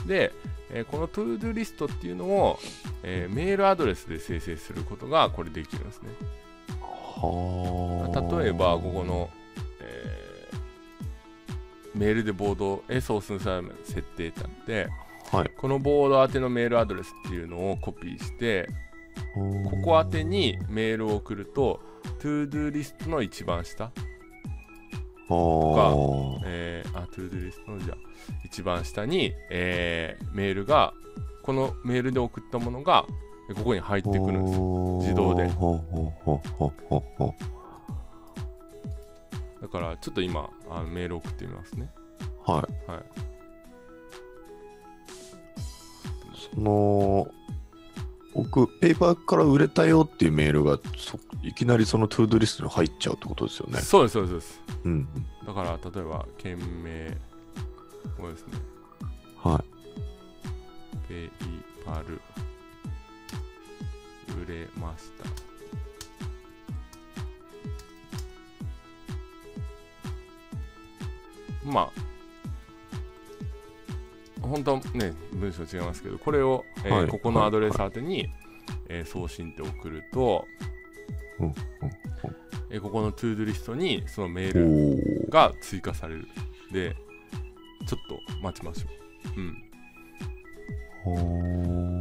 で、えー、このトゥードゥリストっていうのを、えー、メールアドレスで生成することがこれできるんですね。は例えばここの、えー、メールでボードへ送信される設定ってあって、はい、このボード宛てのメールアドレスっていうのをコピーしてここ宛てにメールを送るとトゥードゥリストの一番下とか、えー、あ、トゥードゥリストのじゃ一番下に、えー、メールがこのメールで送ったものがここに入ってくるんですよ、自動で。だからちょっと今あのメール送ってみますね。はい、はい、 その僕ペーパーから売れたよっていうメールがそいきなりそのトゥードゥリストに入っちゃうってことですよね。 そうですそうです、うん、だから例えば件名これですね、はい、ペイパル売れました、まあ本当はね文章違いますけどこれを、えーはい、ここのアドレス宛てに、はいえー、送信って送ると、うんうんうんえー、ここのトゥードゥリストにそのメールが追加される。でちょっと待ちましょう。うん、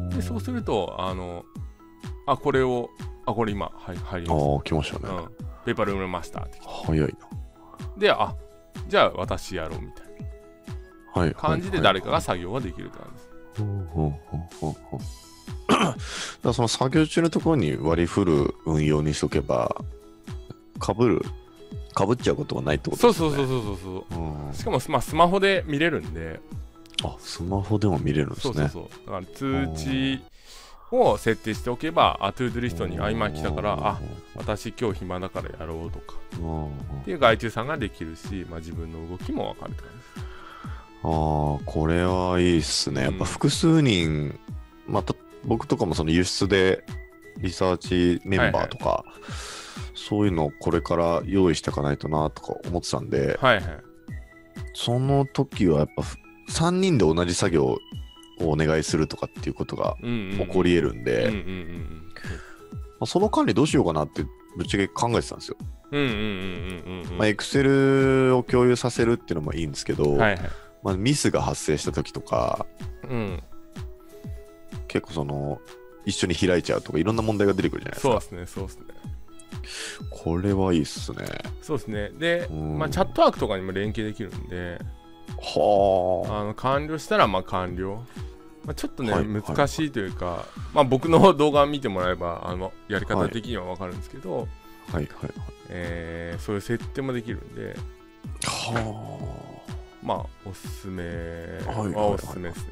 でそうするとあのあこれをあこれ今はい入りました。 あ来ましたね。うん、 ペーパル埋めましたって早いな。 であじゃあ私やろうみたいな感じで誰かが作業ができるって感じです。 だからその作業中のところに割り振る運用にしとけば、かぶる、かぶっちゃうことがないってことですね。 そうそうそうそうそう、うん、しかも、まあ、スマホで見れるんで。 あ、スマホでも見れるんですね。そうそうそう。 だから通知を設定しておけば、あ、トゥードゥリストに、あ、今来たから、あ、私今日暇だからやろうとかっていう外注さんができるし、まあ、自分の動きも分かるって感じです。 ああ、これはいいっすね。やっぱ複数人、うん、また僕とかもその輸出でリサーチメンバーとか、はいはい、そういうのをこれから用意していかないとなとか思ってたんで、 はいはい、 その時はやっぱさんにんで同じ作業をお願いするとかっていうことが起こり得るんで、その管理どうしようかなってぶっちゃけ考えてたんですよ。まあ、エクセルを共有させるっていうのもいいんですけど、はいはい、まあ、ミスが発生した時とか、うん、結構その一緒に開いちゃうとかいろんな問題が出てくるじゃないですか。 そうですね、そうですね。 これはいいっすね。 そうですね。で、うん、まあ、チャットワークとかにも連携できるんで、 はあの完了したらまあ完了。まあ、ちょっとね、はい、難しいというか、はい、まあ、僕の動画を見てもらえばあのやり方的には分かるんですけど、はいはいはい、 えー、そういう設定もできるんで、 はあ、 まあおすすめはおすすめですね。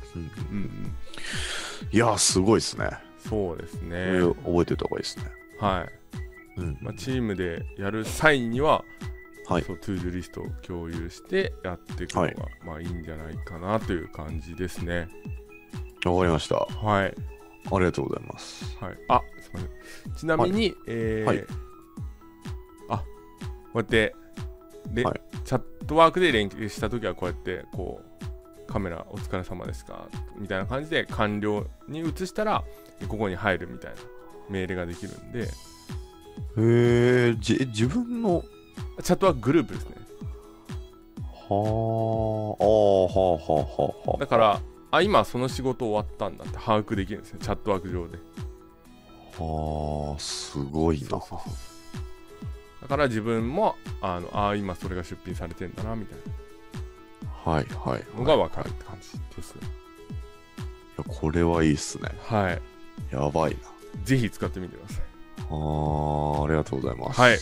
いやすごいですね。 そうですね。 覚えておいた方がいいですね。 はい。うん、まあ、チームでやる際には、はい、そうトゥードゥリストを共有してやっていくのが、はい、まあいいんじゃないかなという感じですね。 わかりました。 はい。 ありがとうございます。 はい。あ、すみません。ちなみに、はい、えーはい、あ、こうやってで、はい、チャットワークで連携したときはこうやってこうカメラお疲れ様ですかみたいな感じで完了に移したらここに入るみたいな命令ができるんで。へえ、じ自分のチャットワークグループですね。 はあ、ああ、はあ、はあ、はあ。 だからあ、今その仕事終わったんだって把握できるんですね、チャットワーク上で。 はあ、すごいな。そうそうそう、 だから自分もあのあ今それが出品されてんだなみたいな、はいはい、 のが分かるって感じですね。 いや、これはいいっすね。 はい。 やばいな。 ぜひ使ってみてください。 ああ、ありがとうございます。 はい。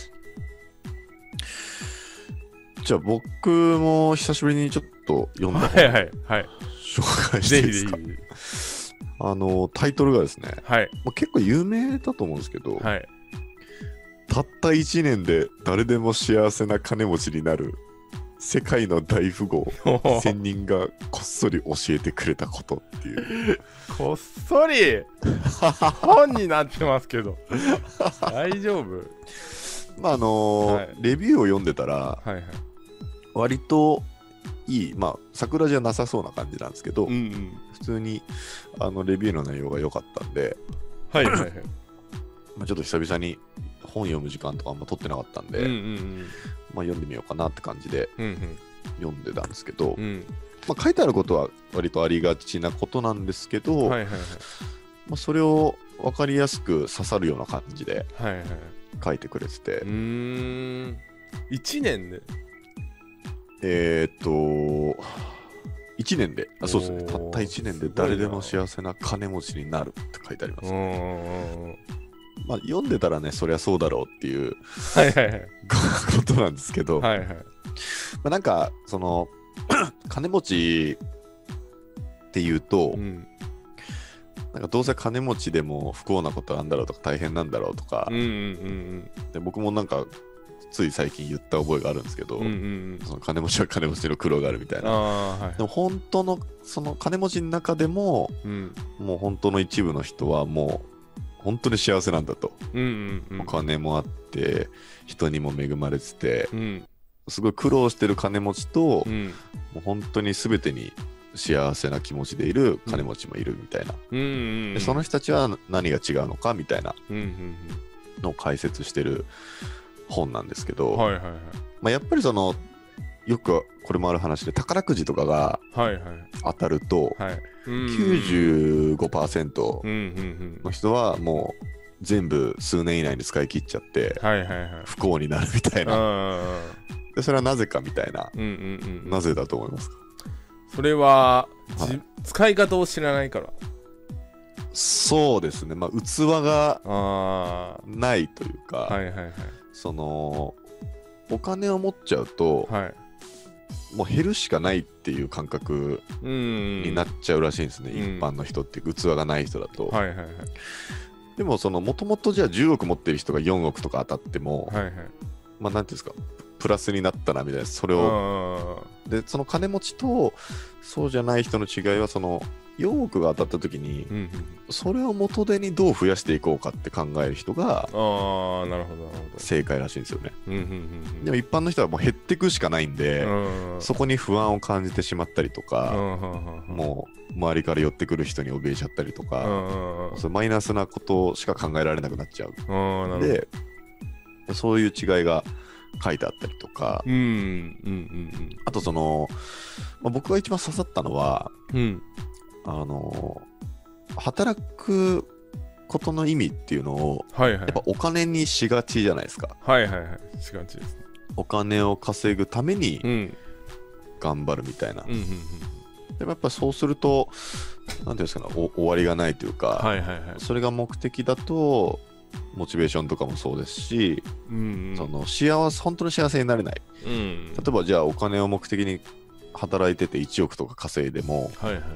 じゃあ僕も久しぶりにちょっと読んだはいはいはい。 紹介していいですか。ぜひぜひ。あのタイトルがですね、 はい、 まあ、結構有名だと思うんですけど、 はい、 たったいちねんで誰でも幸せな金持ちになる世界の大富豪せんにんがこっそり教えてくれたことっていうこっそり本になってますけど大丈夫？ まああのーはい、レビューを読んでたら、はいはい、割といい、まあ桜じゃなさそうな感じなんですけど、うんうん、普通にあのレビューの内容が良かったんで、 はいはいはい、 まあちょっと久々に本読む時間とかあんま取ってなかったんで、うんうんうん、まあ読んでみようかなって感じで読んでたんですけど、うんうん、まあ書いてあることは割とありがちなことなんですけど、はいはいはい、まあそれを分かりやすく刺さるような感じで書いてくれてて、はいはい、うーんいちねんでえー、っといちねんで、あ、そうですね、たったいちねんで誰でも幸せな金持ちになるって書いてあります、ね。まあ読んでたらね、そりゃそうだろうっていうはいはい、はい、 ことなんですけど、 はいはい、まあ、なんかその金持ちっていうと、うん、なんかどうせ金持ちでも不幸なことなんだろうとか大変なんだろうとか、うんうんうんうん、で僕もなんかつい最近言った覚えがあるんですけど、うんうんうん、その金持ちは金持ちの苦労があるみたいな、はい、でも本当のその金持ちの中でも、うん、もう本当の一部の人はもう本当に幸せなんだと、うんうんうん、お金もあって人にも恵まれてて、うん、すごい苦労してる金持ちと、うん、もう本当に全てに幸せな気持ちでいる金持ちもいるみたいな、うんうんうん、でその人たちは何が違うのかみたいなのを解説してる本なんですけど、はいはいはい、まあ、やっぱりそのよくこれもある話で宝くじとかが当たると、はいはい、きゅうじゅうごパーセント の人はもう全部数年以内に使い切っちゃって不幸になるみたいな、でそれはなぜかみたいな、うんうんうん、なぜだと思いますか？ それは、はい、使い方を知らないから。 そうですね、まあ、器がないというか、 はいはいはい、 そのお金を持っちゃうと、はい、もう減るしかないっていう感覚になっちゃうらしいんですね、一般の人って器がない人だと。はいはいはい、でもそのもともとじゃあじゅうおく持ってる人がよんおくとか当たっても、はいはい、まあなんていうんですか、プラスになったなみたいな、それをでその金持ちとそうじゃない人の違いは、そのよんおくが当たった時に、うんうん、それを元手にどう増やしていこうかって考える人が正解らしいんですよね。うんうんうん、でも一般の人はもう減っていくしかないんで、うんうん、そこに不安を感じてしまったりとか、うんうんうん、もう周りから寄ってくる人に怯えちゃったりとか、うんうん、そマイナスなことしか考えられなくなっちゃう。うん、でそういう違いが書いてあったりとか、うんうんうんうん、あとその、まあ、僕が一番刺さったのは、うん、あの働くことの意味っていうのを、はいはい、やっぱお金にしがちじゃないですか。はいはいはい、しがちですね。お金を稼ぐために頑張るみたいな、うんうんうんうん、でもやっぱそうするとなんていうんですかね、お終わりがないというか、はいはいはい、それが目的だとモチベーションとかもそうですし、うんうん、その幸せ本当に幸せになれない、うん、例えばじゃあお金を目的に働いてていちおくとか稼いでも、はいはい、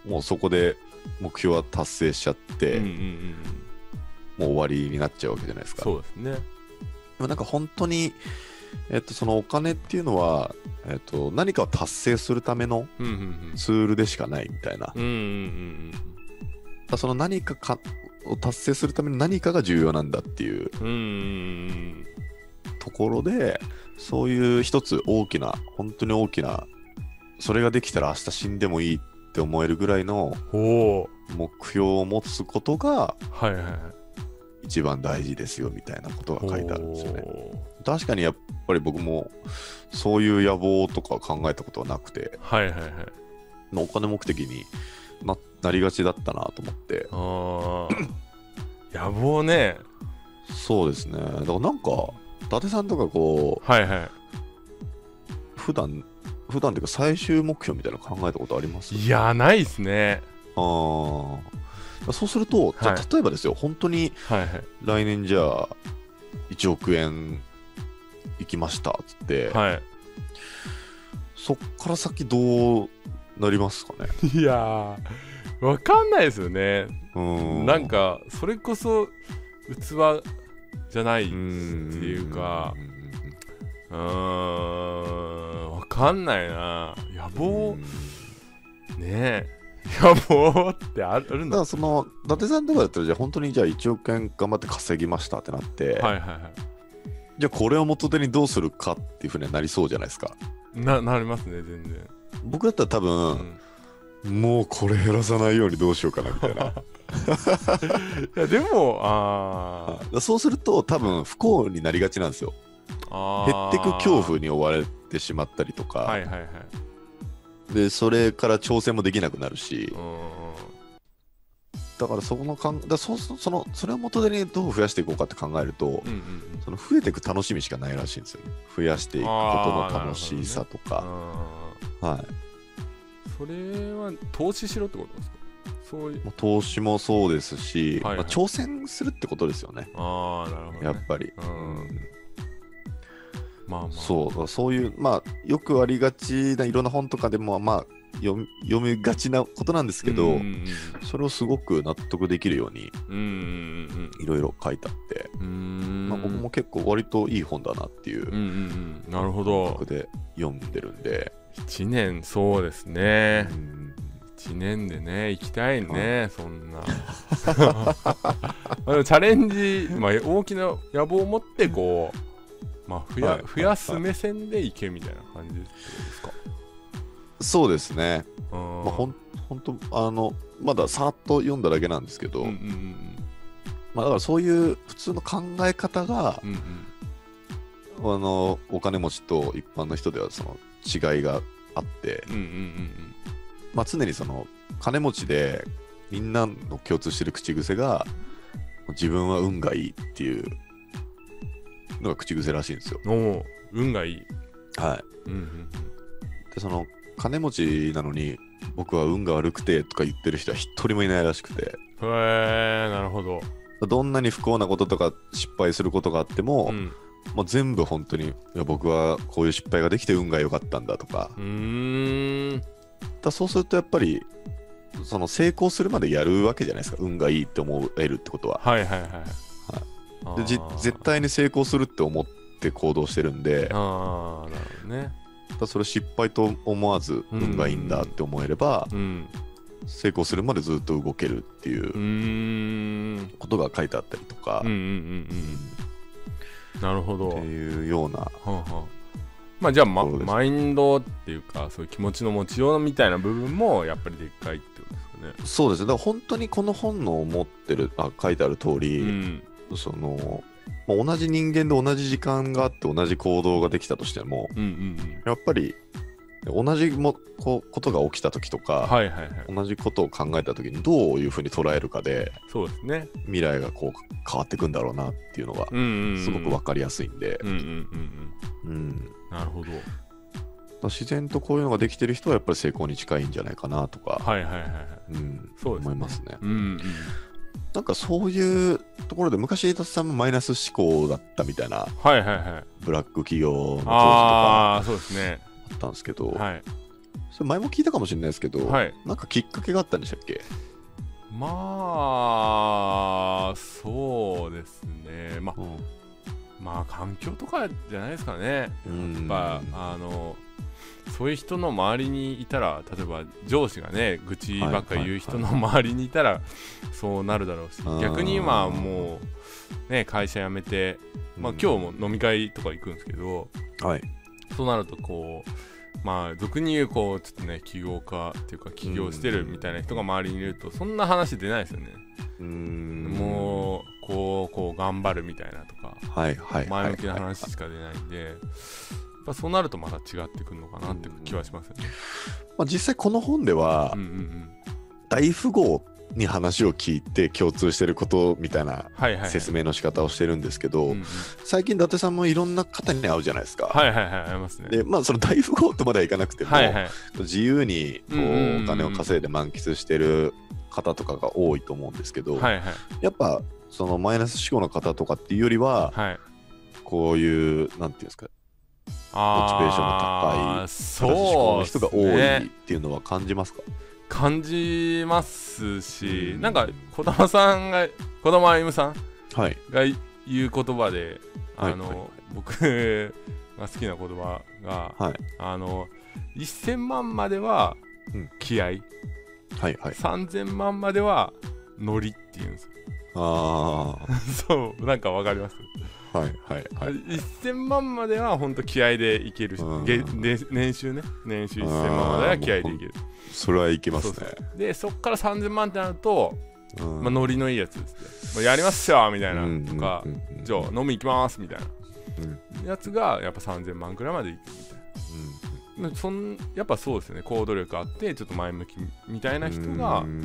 もうそこで目標は達成しちゃって、うんうんうん、もう終わりになっちゃうわけじゃないですか。 そうですね。でもなんか本当に、えっと、そのお金っていうのは、えっと、何かを達成するためのツールでしかないみたいな、うんうんうん、だその何かかを達成するための何かが重要なんだっていうところで、そういう一つ大きな本当に大きな、それができたら明日死んでもいいって思えるぐらいの目標を持つことが一番大事ですよみたいなことが書いてあるんですよね。確かにやっぱり僕もそういう野望とか考えたことはなくて、はいはいはい、お金目的に な, なりがちだったなと思って。 あ野望ね。 そうですね。だからなんか伊達さんとかこう、はいはい、普段普段っていうか最終目標みたいなの考えたことあります？ いやないですね。 ああ、そうすると、じゃあ例えばですよ、はい、本当に来年じゃあいちおくえんいきましたっつって、はい、そっから先どうなりますかね？ いやーわかんないですよね。うんなんかそれこそ器じゃないっていうか、うーんわかんないな。野望ねえ野望ってあるんだ。 だからその伊達さんとかだったらじゃあ本当にじゃあいちおくえん頑張って稼ぎましたってなって、はいはいはい、じゃあこれを元手にどうするかっていうふうにはなりそうじゃないですか。 な, なりますね全然。 僕だったら多分、うん、もうこれ減らさないようにどうしようかなみたいな。いやでもあそうすると多分不幸になりがちなんですよ。減ってく恐怖に追われてしまったりとか、はいはいはい、でそれから挑戦もできなくなるし、だからそこのかんだ そ, そ, のそれを元手にどう増やしていこうかって考えると、うんうんうん、その増えていく楽しみしかないらしいんですよね。増やしていくことの楽しさとか、ね、はい。 それは投資しろってことですか？そういう投資もそうですし、はいはい、まあ、挑戦するってことですよね。 ああなるほど、ね、 やっぱり。うんうんまあまあ、 そうそういうまあよくありがちないろんな本とかでもまあ読, 読みがちなことなんですけど、うんうんうん、それをすごく納得できるようにいろいろ書いてあって、うん、まあ、僕も結構割といい本だなっていう感覚で読んでるんで。 いちねんそうですね、うん、いちねんでね行きたいね、うん、そんなチャレンジ、まあ、大きな野望を持ってこうまあ、増や、はい、増やす目線でいけみたいな感じですか？ そうですね。まあ、ほんほんとあのまださーっと読んだだけなんですけど、うんうんうん、まあ、だからそういう普通の考え方が、うんうん、あのお金持ちと一般の人ではその違いがあって、うんうんうんうん、まあ、常にその金持ちでみんなの共通してる口癖が自分は運がいいっていうのが口癖らしいんですよ。 お運がいい。 はい、うんうん、でその金持ちなのに僕は運が悪くてとか言ってる人は一人もいないらしくて。へえ、なるほど。 どんなに不幸なこととか失敗することがあっても、うん、もう全部本当にいや僕はこういう失敗ができて運が良かったんだとか。うーんだそうするとやっぱりその成功するまでやるわけじゃないですか、運がいいって思えるってことは。はいはいはい、はい、でじ絶対に成功するって思って行動してるんで、ああなるほどね。だそれ失敗と思わず運がいいんだって思えれば、うんうん、成功するまでずっと動けるっていうことが書いてあったりとか、うんうんうんうん、なるほどっていうような、はあはあ、 まあじゃあ、ま、マインドっていうかそういう気持ちの持ちようみたいな部分もやっぱりでっかいってことですかね。 そうですね。だから本当にこの本の持ってるあ書いてある通り、うん、そのまあ、同じ人間で同じ時間があって同じ行動ができたとしても、うんうんうん、やっぱり同じもこことが起きた時とか、はいはいはい、同じことを考えた時にどういうふうに捉えるかで、そうですね、未来がこう変わっていくんだろうなっていうのがすごく分かりやすいんで、 なるほど。 自然とこういうのができてる人はやっぱり成功に近いんじゃないかなとか、はいはいはいはい、うん、そうですね、思いますね。うんうん、なんかそういうところで昔達さんもマイナス思考だったみたいな、はいはいはい、ブラック企業の当時とかあそうですねあったんですけど、はい、それ前も聞いたかもしれないですけど、はい、なんかきっかけがあったんでしたっけ？ まあそうですね、まあ、うん、まあ環境とかじゃないですかね。やっぱあのそういう人の周りにいたら、例えば上司がね愚痴ばっかり言う人の周りにいたらそうなるだろうし、はいはいはい、逆に今もうね会社辞めて、まあ、今日も飲み会とか行くんですけど、はい、そうなるとこうまあ俗に言うこうちょっとね起業家っていうか起業してるみたいな人が周りにいるとそんな話出ないですよね。うーんもうこうこう頑張るみたいなとか、はいはい、前向きな話しか出ないんで、そうなるとまた違ってくるのかなって気はしますよね。 まあ、実際この本では、うんうんうん、大富豪に話を聞いて共通してることみたいな説明の仕方をしてるんですけど、はいはいはい、最近伊達さんもいろんな方に会うじゃないですか。はいはいはい、会いますね。でまあその大富豪とまではいかなくても、はいはい、自由にこうお金を稼いで満喫してる方とかが多いと思うんですけど、はいはい、やっぱそのマイナス思考の方とかっていうよりは、はい、こういうなんていうんですか、モチベーションの高いそうの人が多いっていうのは感じますか？ 感じますし、うん、なんか児玉さんが児玉歩さんが言う言葉で、はい、あの、はいはい、僕が好きな言葉が、はい、あのせんまんまでは気合、うんはいはい、さんぜんまんまではノリっていうんですよ。ああそうなんかわかります？はいはいはい、せんまんまでは本当気合でいけるし、年収ね年収せんまんまでは気合でいける。 それはいけますね。 そうそうでそっからさんぜんまんってなると、まあ、ノリのいいやつですね、まあ、やりますよみたいなとか、うんうんうんうん、じゃあ飲み行きますみたいな、うん、やつがやっぱさんぜんまんくらいまでいくみたいな、うん、そんやっぱそうですよね。行動力あってちょっと前向きみたいな人が、うん、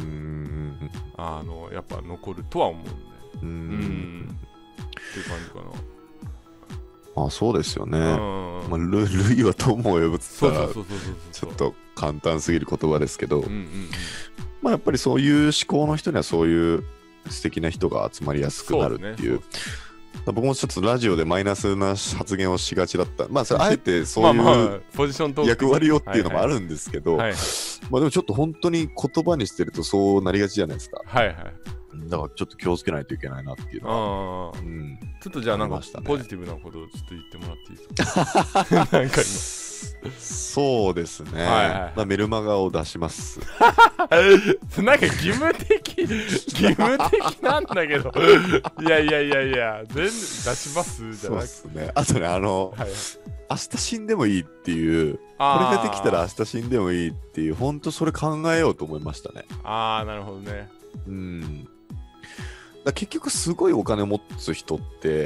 あのやっぱ残るとは思うんで、うん、うんっていう感じかな。 まあそうですよね。まあ、ル類は友を呼ぶっつったらちょっと簡単すぎる言葉ですけど、うんうんうん、まあやっぱりそういう思考の人にはそういう素敵な人が集まりやすくなるっていう。僕もちょっとラジオでマイナスな発言をしがちだった。まあそれあえてそういう役割をっていうのもあるんですけど、まあでもちょっと本当に言葉にしてるとそうなりがちじゃないですか。はいはい。だからちょっと気をつけないといけないなっていうのは、うん、 ちょっとじゃあなんかポジティブなことをちょっと言ってもらっていいですか？なんか今そうですね、はいはいはい、まあ、メルマガを出しますなんか義務的義務的なんだけどいやいやいやいや全部出しますじゃなくて、そうですね。 あとねあの、はい、明日死んでもいいっていう、これができたら明日死んでもいいっていう、本当それ考えようと思いましたね。 ああなるほどね。 うんだ結局すごいお金を持つ人って、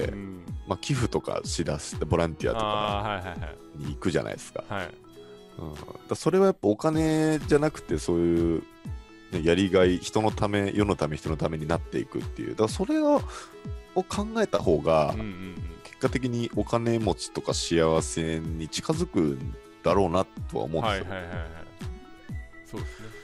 うん、まあ、寄付とかしだしてボランティアとかに行くじゃないですか。はいはいはい、うん、だそれはやっぱお金じゃなくてそういう、ね、やりがい、人のため世のため人のためになっていくっていう、だからそれをを考えた方が、うんうんうん、結果的にお金持ちとか幸せに近づくんだろうなとは思うんですよ。はいはいはいはい、そうですね。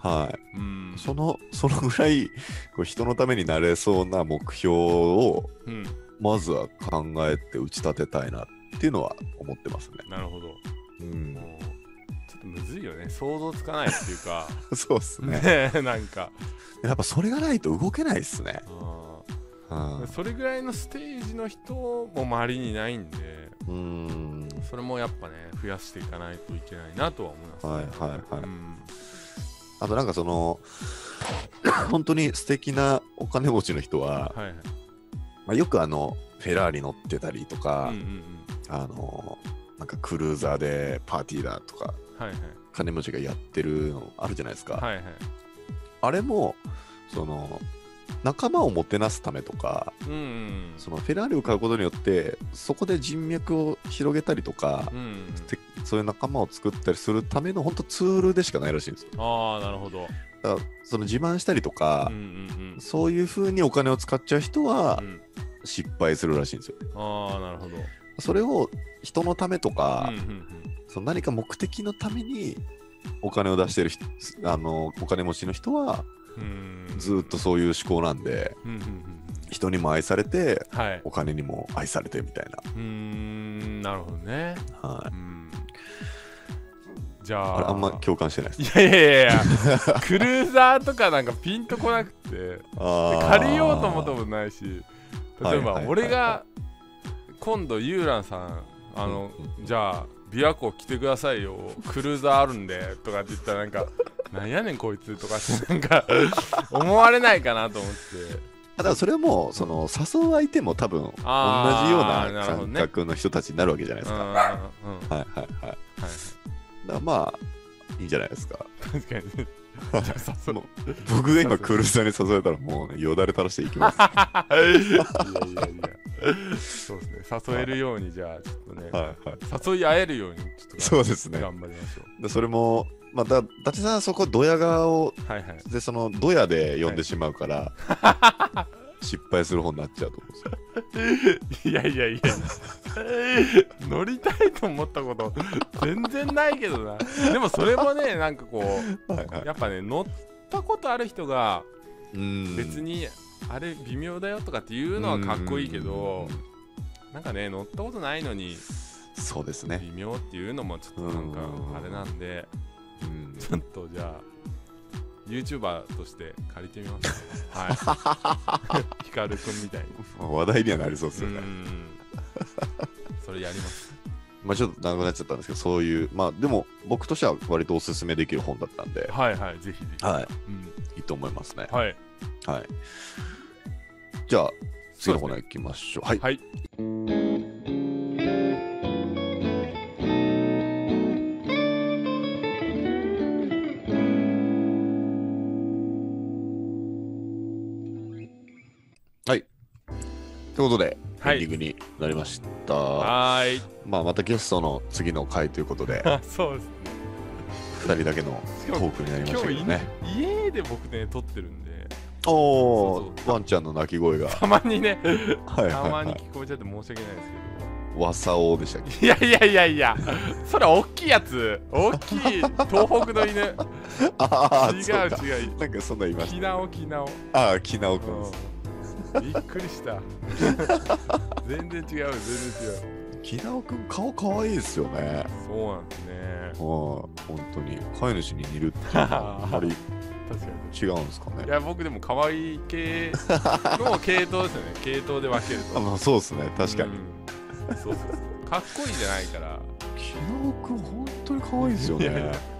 はい、うん、そのそのぐらいこう人のためになれそうな目標を、うん、まずは考えて打ち立てたいなっていうのは思ってますね。 なるほど、うん、ちょっとむずいよね、想像つかないっていうかそうっすねなんかやっぱそれがないと動けないっすね。 あ、それぐらいのステージの人も周りにいないんで、うん、それもやっぱね増やしていかないといけないなとは思いますね。はいはいはい、うん、 あとなんかその本当に素敵なお金持ちの人は、はいはい、まあ、よくあのフェラーリ乗ってたりとか、うんうんうん、あのなんかクルーザーでパーティーだとか、はいはい、金持ちがやってるのあるじゃないですか、はいはい、あれもその仲間をもてなすためとか、うんうん、そのフェラーリを買うことによってそこで人脈を広げたりとか、うんうん、そういう仲間を作ったりするための本当ツールでしかないらしいんですよ。 ああ、なるほど。 だからその自慢したりとか、うんうんうん、そういう風にお金を使っちゃう人は失敗するらしいんですよ。 ああ、なるほど。 それを人のためとか、うんうんうん、その何か目的のためにお金を出してる人、あのお金持ちの人はずっとそういう思考なんで、うんうんうん、人にも愛されて、はい、お金にも愛されてみたいな。 うーん、なるほどね。はい。うん、じゃああ, あんま共感してないです。 いやいやいやクルーザーとかなんかピンとこなくて借りようと思ったことないし、例えば俺が今度ユーランさんあの、うん、じゃあ琵琶湖来てくださいよクルーザーあるんでとかって言ったらなんかなんやねんこいつとかってなんか思われないかなと思って。 だからそれはもうその誘う相手も多分同じような感覚の人たちになるわけじゃないですか。はいはいはいはい。だからまあいいんじゃないですか。 確かにね。 僕が今クルーザーに誘えたらもうねよだれ垂らしていきます。いやいやいや。 そうですね。誘えるようにじゃあちょっとね、はいはい、誘い合えるようにちょっとそうですね。 頑張りましょう。 でそれもまあだ伊達さんはそこドヤ顔を、はいはい、でそのドヤで呼んでしまうから、はい、失敗する方になっちゃうと思うんですよ。いやいやいや乗りたいと思ったこと全然ないけどな。でもそれもねなんかこう、はいはい、やっぱね乗ったことある人が別にあれ微妙だよとかっていうのはかっこいいけど、なんかね乗ったことないのにそうですね微妙っていうのもちょっとなんかあれなんで、うん、ちょっとじゃあ YouTuber として借りてみます、ね、はいヒカルくんみたいに話題にはなりそうですよね。 それやります。 まあちょっと長くなっちゃったんですけど、そういうまあでも僕としては割とおすすめできる本だったんで、 はいはい、ぜひぜひ、 はい、うん、いいと思いますね。 はいはい。じゃあ次のコーナー行きましょう。はい、はい、はい。ということで、エンディングになりました。 はい。 まあ、またゲストの次の回ということで、 そうですね。 ふたりだけのトークになりましたけどね。 家で僕ね、撮ってるんで。 おお、ワンちゃんの鳴き声が。 たまにね、はいはいはい、たまに聞こえちゃって申し訳ないですけど。わさおでしたっけ？いやいやいやいや、それ大きいやつ。大きい東北の犬。 ああ、 違う違う。なんかそんな言いました、ね。 キナオキナオ。 ああ、キナオくんです。 びっくりした全然違う全然違う。 キナオくん顔かわいいですよね。 そうなんですね。 ああ、本当に飼い主に似るっていうのはあんまり違うんですかね。 いや僕でも可愛い系の系統ですよね。系統で分けると。 あ、まあ、そうですね、確かに、 うん、そうそうそう、かっこいいじゃないから。 キナオくん本当に可愛いですよね。いや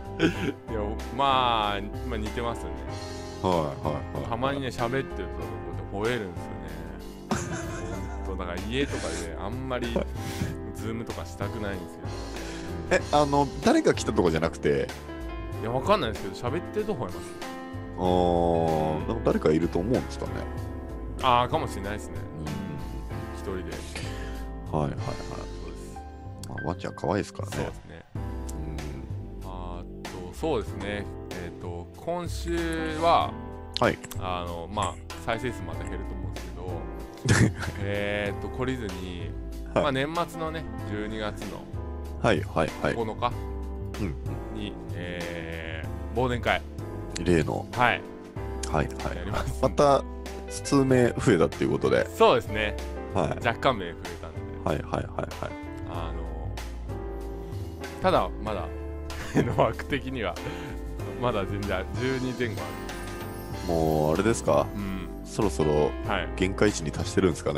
まあ、まあ似てますよね。 はいはいはい。 たまにね喋ってると吠えるんですよね。本当だから家とかであんまりズームとかしたくないんですけど。え、あの誰が来たとかじゃなくて？ いやわかんないですけど喋ってると吠えます。 ああ、でも誰かいると思うんですかね。 ああ、かもしれないですね。一人で。 はいはいはい。そうです。まあワンちゃん可愛いですからね。 そうですね。うん。あとそうですね。えっと今週は。はい、あのまあ再生数また減ると思うんですけどえっと懲りずに、はい、まあ、年末のねじゅうにがつのここのかに、はいはいはい、えー、忘年会例のはいはいはい、ま, また数名増えたっていうことで。 そうですね、 はい、 若干名増えたんで。 はいはいはいはい。 あのただまだの枠的にはまだ全然じゅうにぜん後ある。もうあれですか、 うん、 そろそろ限界値に達してるんですかね。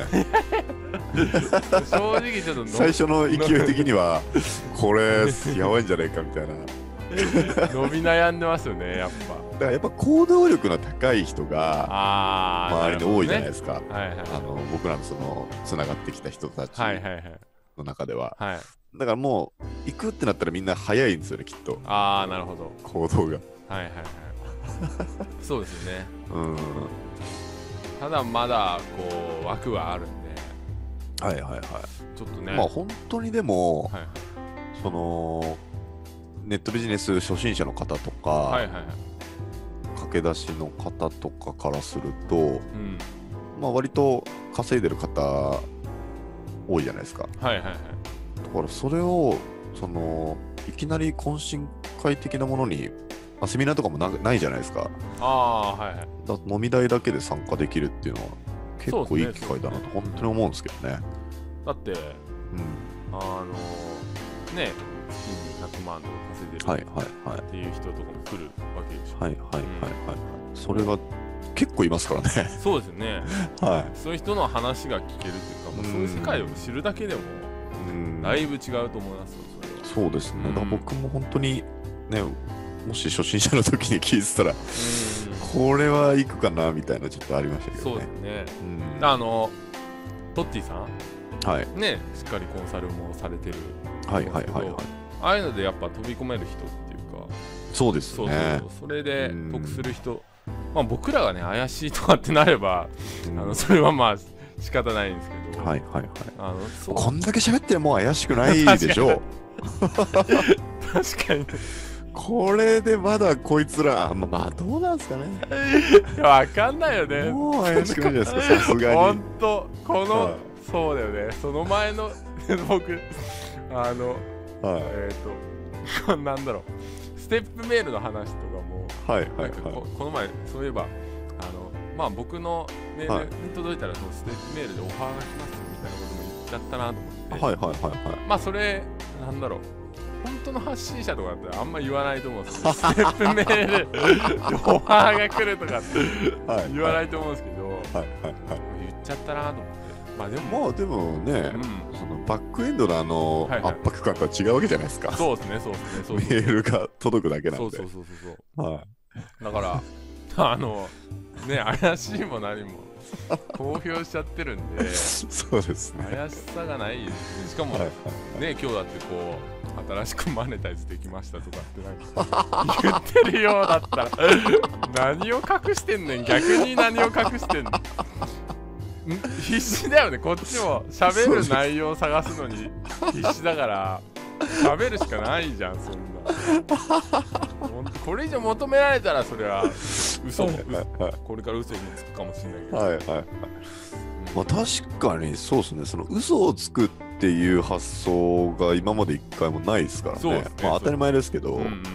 正直ちょっと最初の勢い的にはこれやばいんじゃないかみたいな伸び悩んでますよね、やっぱ。 だからやっぱ行動力の高い人が周りに多いじゃないですか。僕らのそのつながってきた人たちの中では、 はいはい、 だからもう行くってなったらみんな早いんですよね、きっと。 ああ、なるほど、 行動が。 はいはいはいそうですね。 うん、 ただまだこう枠はあるんで、 はいはいはい、 ちょっとね、 まあ本当にでも、はい、そのネットビジネス初心者の方とか、はいはいはい、駆け出しの方とかからすると、うん、まあ割と稼いでる方多いじゃないですか。 はいはいはい。 だからそれをそのいきなり懇親会的なものに、まあ、セミナーとかも な, ないじゃないですか。 あ、はいはい、 だ飲み代だけで参加できるっていうのは結構いい機会だなと本当に思うんですけどね。 だって、うん、あのね、月にひゃくまんとか稼いでるっていう人とかも来るわけでしょ。 はいはいはいはい、うん、それが結構いますからね。 そうですね、 はい、 そういう人の話が聞けるというか、もうそういう世界を知るだけでもだいぶ違うと思いますよ、それは。 そうですね、だから僕も本当にね、もし初心者の時に聞いてたら、これは行くかなみたいなちょっとありましたけどね。 そうですね、うん、あのトッティさん、 はい、 ね、しっかりコンサルもされてる。 はいはいはいはい。 ああいうのでやっぱ飛び込める人っていうか、 そうですね。 そうそうそう、それで得する人、まあ僕らがね怪しいとかってなれば、あのそれはまあ仕方ないんですけど、 はいはいはい。 あのそうこんだけ喋ってもう怪しくないでしょう。 確かに。 これでまだこいつら、まあ、まあどうなんですかね。 いや、わかんないよね。 もう怪しくないじゃないですか、さすがに。 ほんとこの、はい、そうだよね。その前の僕あの、はい、えっ、ー、となんだろう、ステップメールの話とかも、 はいはいはい、 こ, この前そういえば、あのまあ僕のメールに届いたら、そのステップメールでオファーが来ますみたいなことも言っちゃったなと思って、 はいはいはいはい。 まあそれなんだろう、本当の発信者とかってあんま言わないと思うんですけど、ステップメールでオファーが来るとかって言わないと思うんですけど、はいはいはい、言っちゃったなと思って。まあでも、 まあでもね、うん、そのバックエンドのあの、はいはい、圧迫感とは違うわけじゃないですか。 そうですねそうですね。そうそうそう、メールが届くだけなんで。 そうそうそうそうそう、 はい、 だからあのね、怪しいも何も公表しちゃってるんでそうですね、 怪しさがないですね。しかも、はいはいはい、ね、今日だってこう新しくマネタイズできましたとかってなんか言ってるようだったら何を隠してんねん、逆に何を隠してんの必死だよね、こっちも喋る内容を探すのに必死だから喋るしかないじゃん、そんな。これ以上求められたらそれは嘘も、はいはいはい、これから嘘につくかもしれないけど、 はいはいはい、まあ、確かにそうですね、その嘘をつくっていう発想が今まで一回もないですからね。そうですね、まあ、当たり前ですけど、うんうんうん、ちょ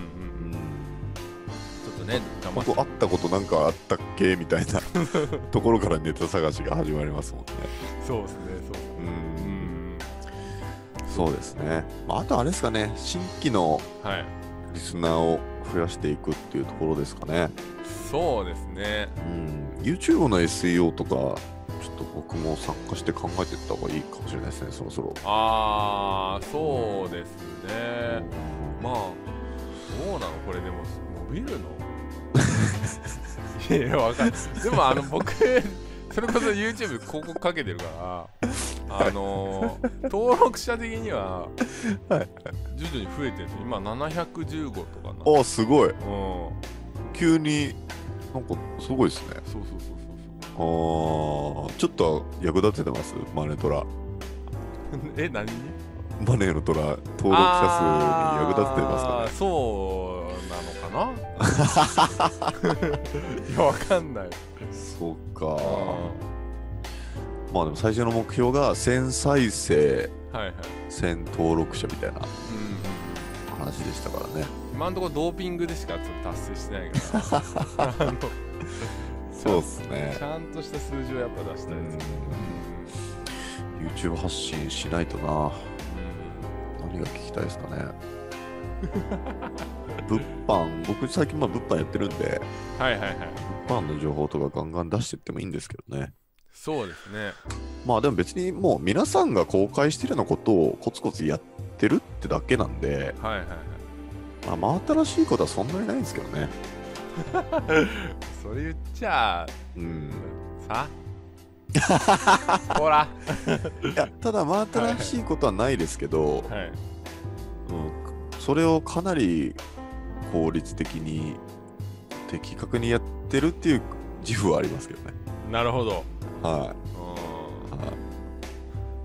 っとね、 本当会ったことなんかあったっけみたいなところからネタ探しが始まりますもんね。 そうですね、そうですね、うん、 そうですね、まあ、あとあれですかね、新規のリスナーを増やしていくっていうところですかね。 そうですね、 うん、YouTube の エスイーオー とかちょっと僕も参加して考えていった方がいいかもしれないですね、そろそろ。 ああ、そうですね、うん、まあどうなのこれ、でも伸びるのいや、わかんない。でもあの僕それこそ YouTube 広告かけてるからあのー、登録者的には徐々に増えてるんですよ。今ななひゃくじゅうごとかな。 あ、すごい、うん、急になんかすごいですね。 そうそうそうそうそう。ああ、ちょっと役立ててます、マネトラ。 え、何に？ マネーのトラ登録者数に役立ててますかね。 そうなのかな。いや、わかんない。 そうか。まあでも最初の目標がせん再生、はいはい、せん登録者みたいな話でしたからね。 今のところドーピングでしかちょっと達成してないからあのそうっすね。 ちゃんとした数字をやっぱ出したいですね。 YouTube 発信しないとな。うん、何が聞きたいですかね。物販、僕最近まあ物販やってるんで、 はいはいはい。 物販の情報とかガンガン出していってもいいんですけどね。 そうですね。 まあでも別にもう皆さんが公開してるようなことをコツコツやってるってだけなんで、 はいはいはい。 まあ真新しいことはそんなにないんですけどね。 それ言っちゃうん。 さほらいや、ただ真新しいことはないですけど、はいはい、うん、それをかなり効率的に的確にやってるっていう自負はありますけどね。 なるほど。 はい。はい、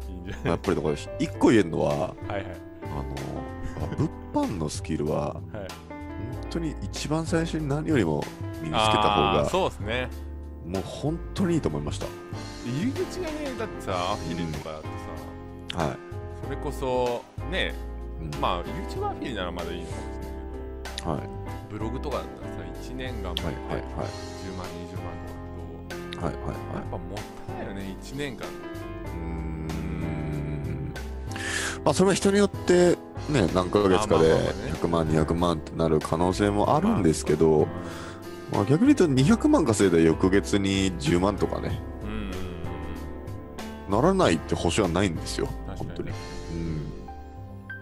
いいんじゃない。やっぱりだから一個言えるのは、はいはい、あの物販のスキルは、はい、本当に一番最初に何よりも身につけた方が、 そうですね。 もう本当にいいと思いました。 入り口がね、だってさ、アフィリとかだってさ、うん、はい、それこそね、うん、まあ YouTube アフィリならまだいいのかもしれないけど、はい、ブログとかだったらさ、いちねん頑張ってじゅうまんにじゅうまんとかだと、はいはいはい、やっぱもったいないよね、いちねんかん。うーん、まあそれは人によってね、何ヶ月かでひゃくまんにひゃくまんってなる可能性もあるんですけど、まあ、逆に言うとにひゃくまん稼いだ翌月にじゅうまんとかね、うん、ならないって保証はないんですよ、本当に。うん、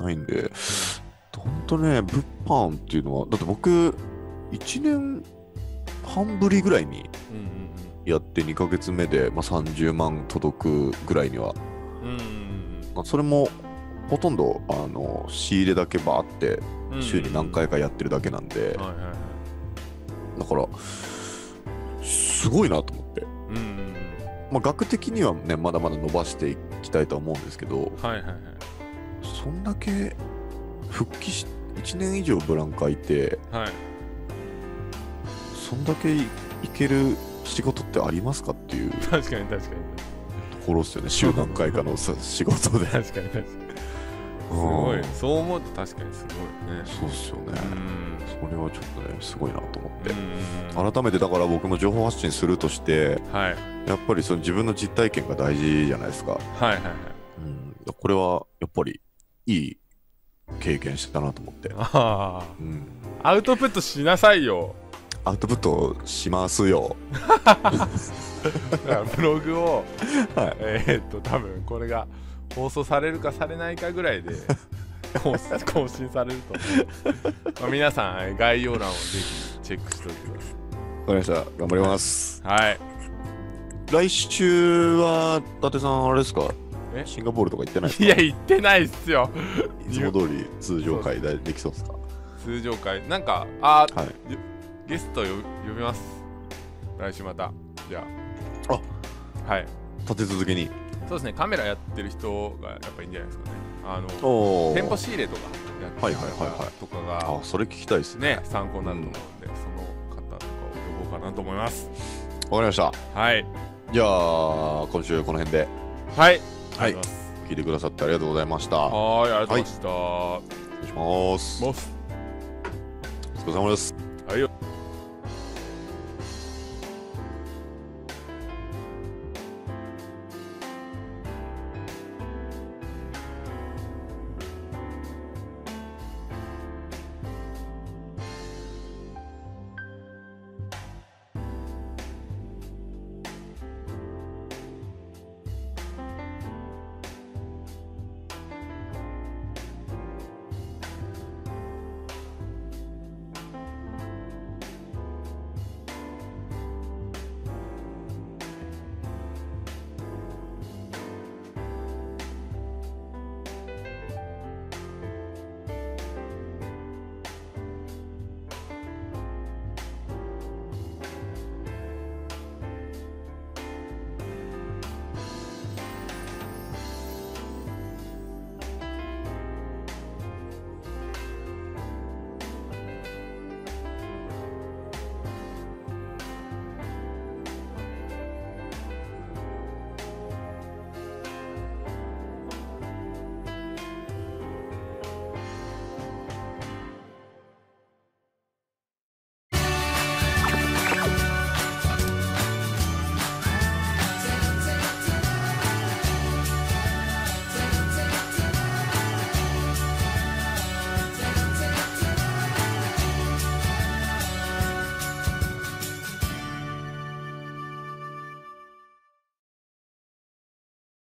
ないんで、本当ね、物販っていうのは、だって僕、いちねんはんぶりぐらいにやってにかげつめで、まあ、さんじゅうまん届くぐらいには、うんまあ、それもほとんどあの仕入れだけバーって週に何回かやってるだけなんで、だからすごいなと思って、うんうん、まあ額的にはねまだまだ伸ばしていきたいとは思うんですけど、はいはいはい、そんだけ復帰しいちねん以上ブランカいて、はい、そんだけ い, いける仕事ってありますかっていう確かに確かにところですよね。週何回かの仕事で確かに確かにすごい、そう思うと確かにすごいね。 そうっすよね。それはちょっとねすごいなと思って、改めてだから僕も情報発信するとして、はい、やっぱりその自分の実体験が大事じゃないですか。はいはいはい、うん、これはやっぱりいい経験してたなと思って。あ、 うん、アウトプットしなさいよ。 アウトプットしますよ。 だからブログを、はい、えー、っと多分これが放送されるかされないかぐらいで更新、更新されると思う。まあ皆さん概要欄をぜひチェックしておいてください。 わかりました。頑張ります。 はい。 来週は伊達さんあれですか？え？シンガポールとか行ってないですか？ いや行ってないっすよ。 いつも通り通常会でできそうですか？ 通常会なんかあ、はい、ゲスト呼びます。来週また。じゃあ。あ、はい。 立て続けに。 そうですね、カメラやってる人がやっぱいいんじゃないですかね。あの店舗仕入れとかやってる方とかが、 あ、それ聞きたいですね。 ね、参考になると思うんで、うん、その方とかを呼ぼうかなと思います。 わかりました。 はい。 じゃあ今週この辺で。 はい。 はい。聞いてくださってありがとうございました。 はい、ありがとうございました。 はい、失礼します。お疲れ様です。 はいよ。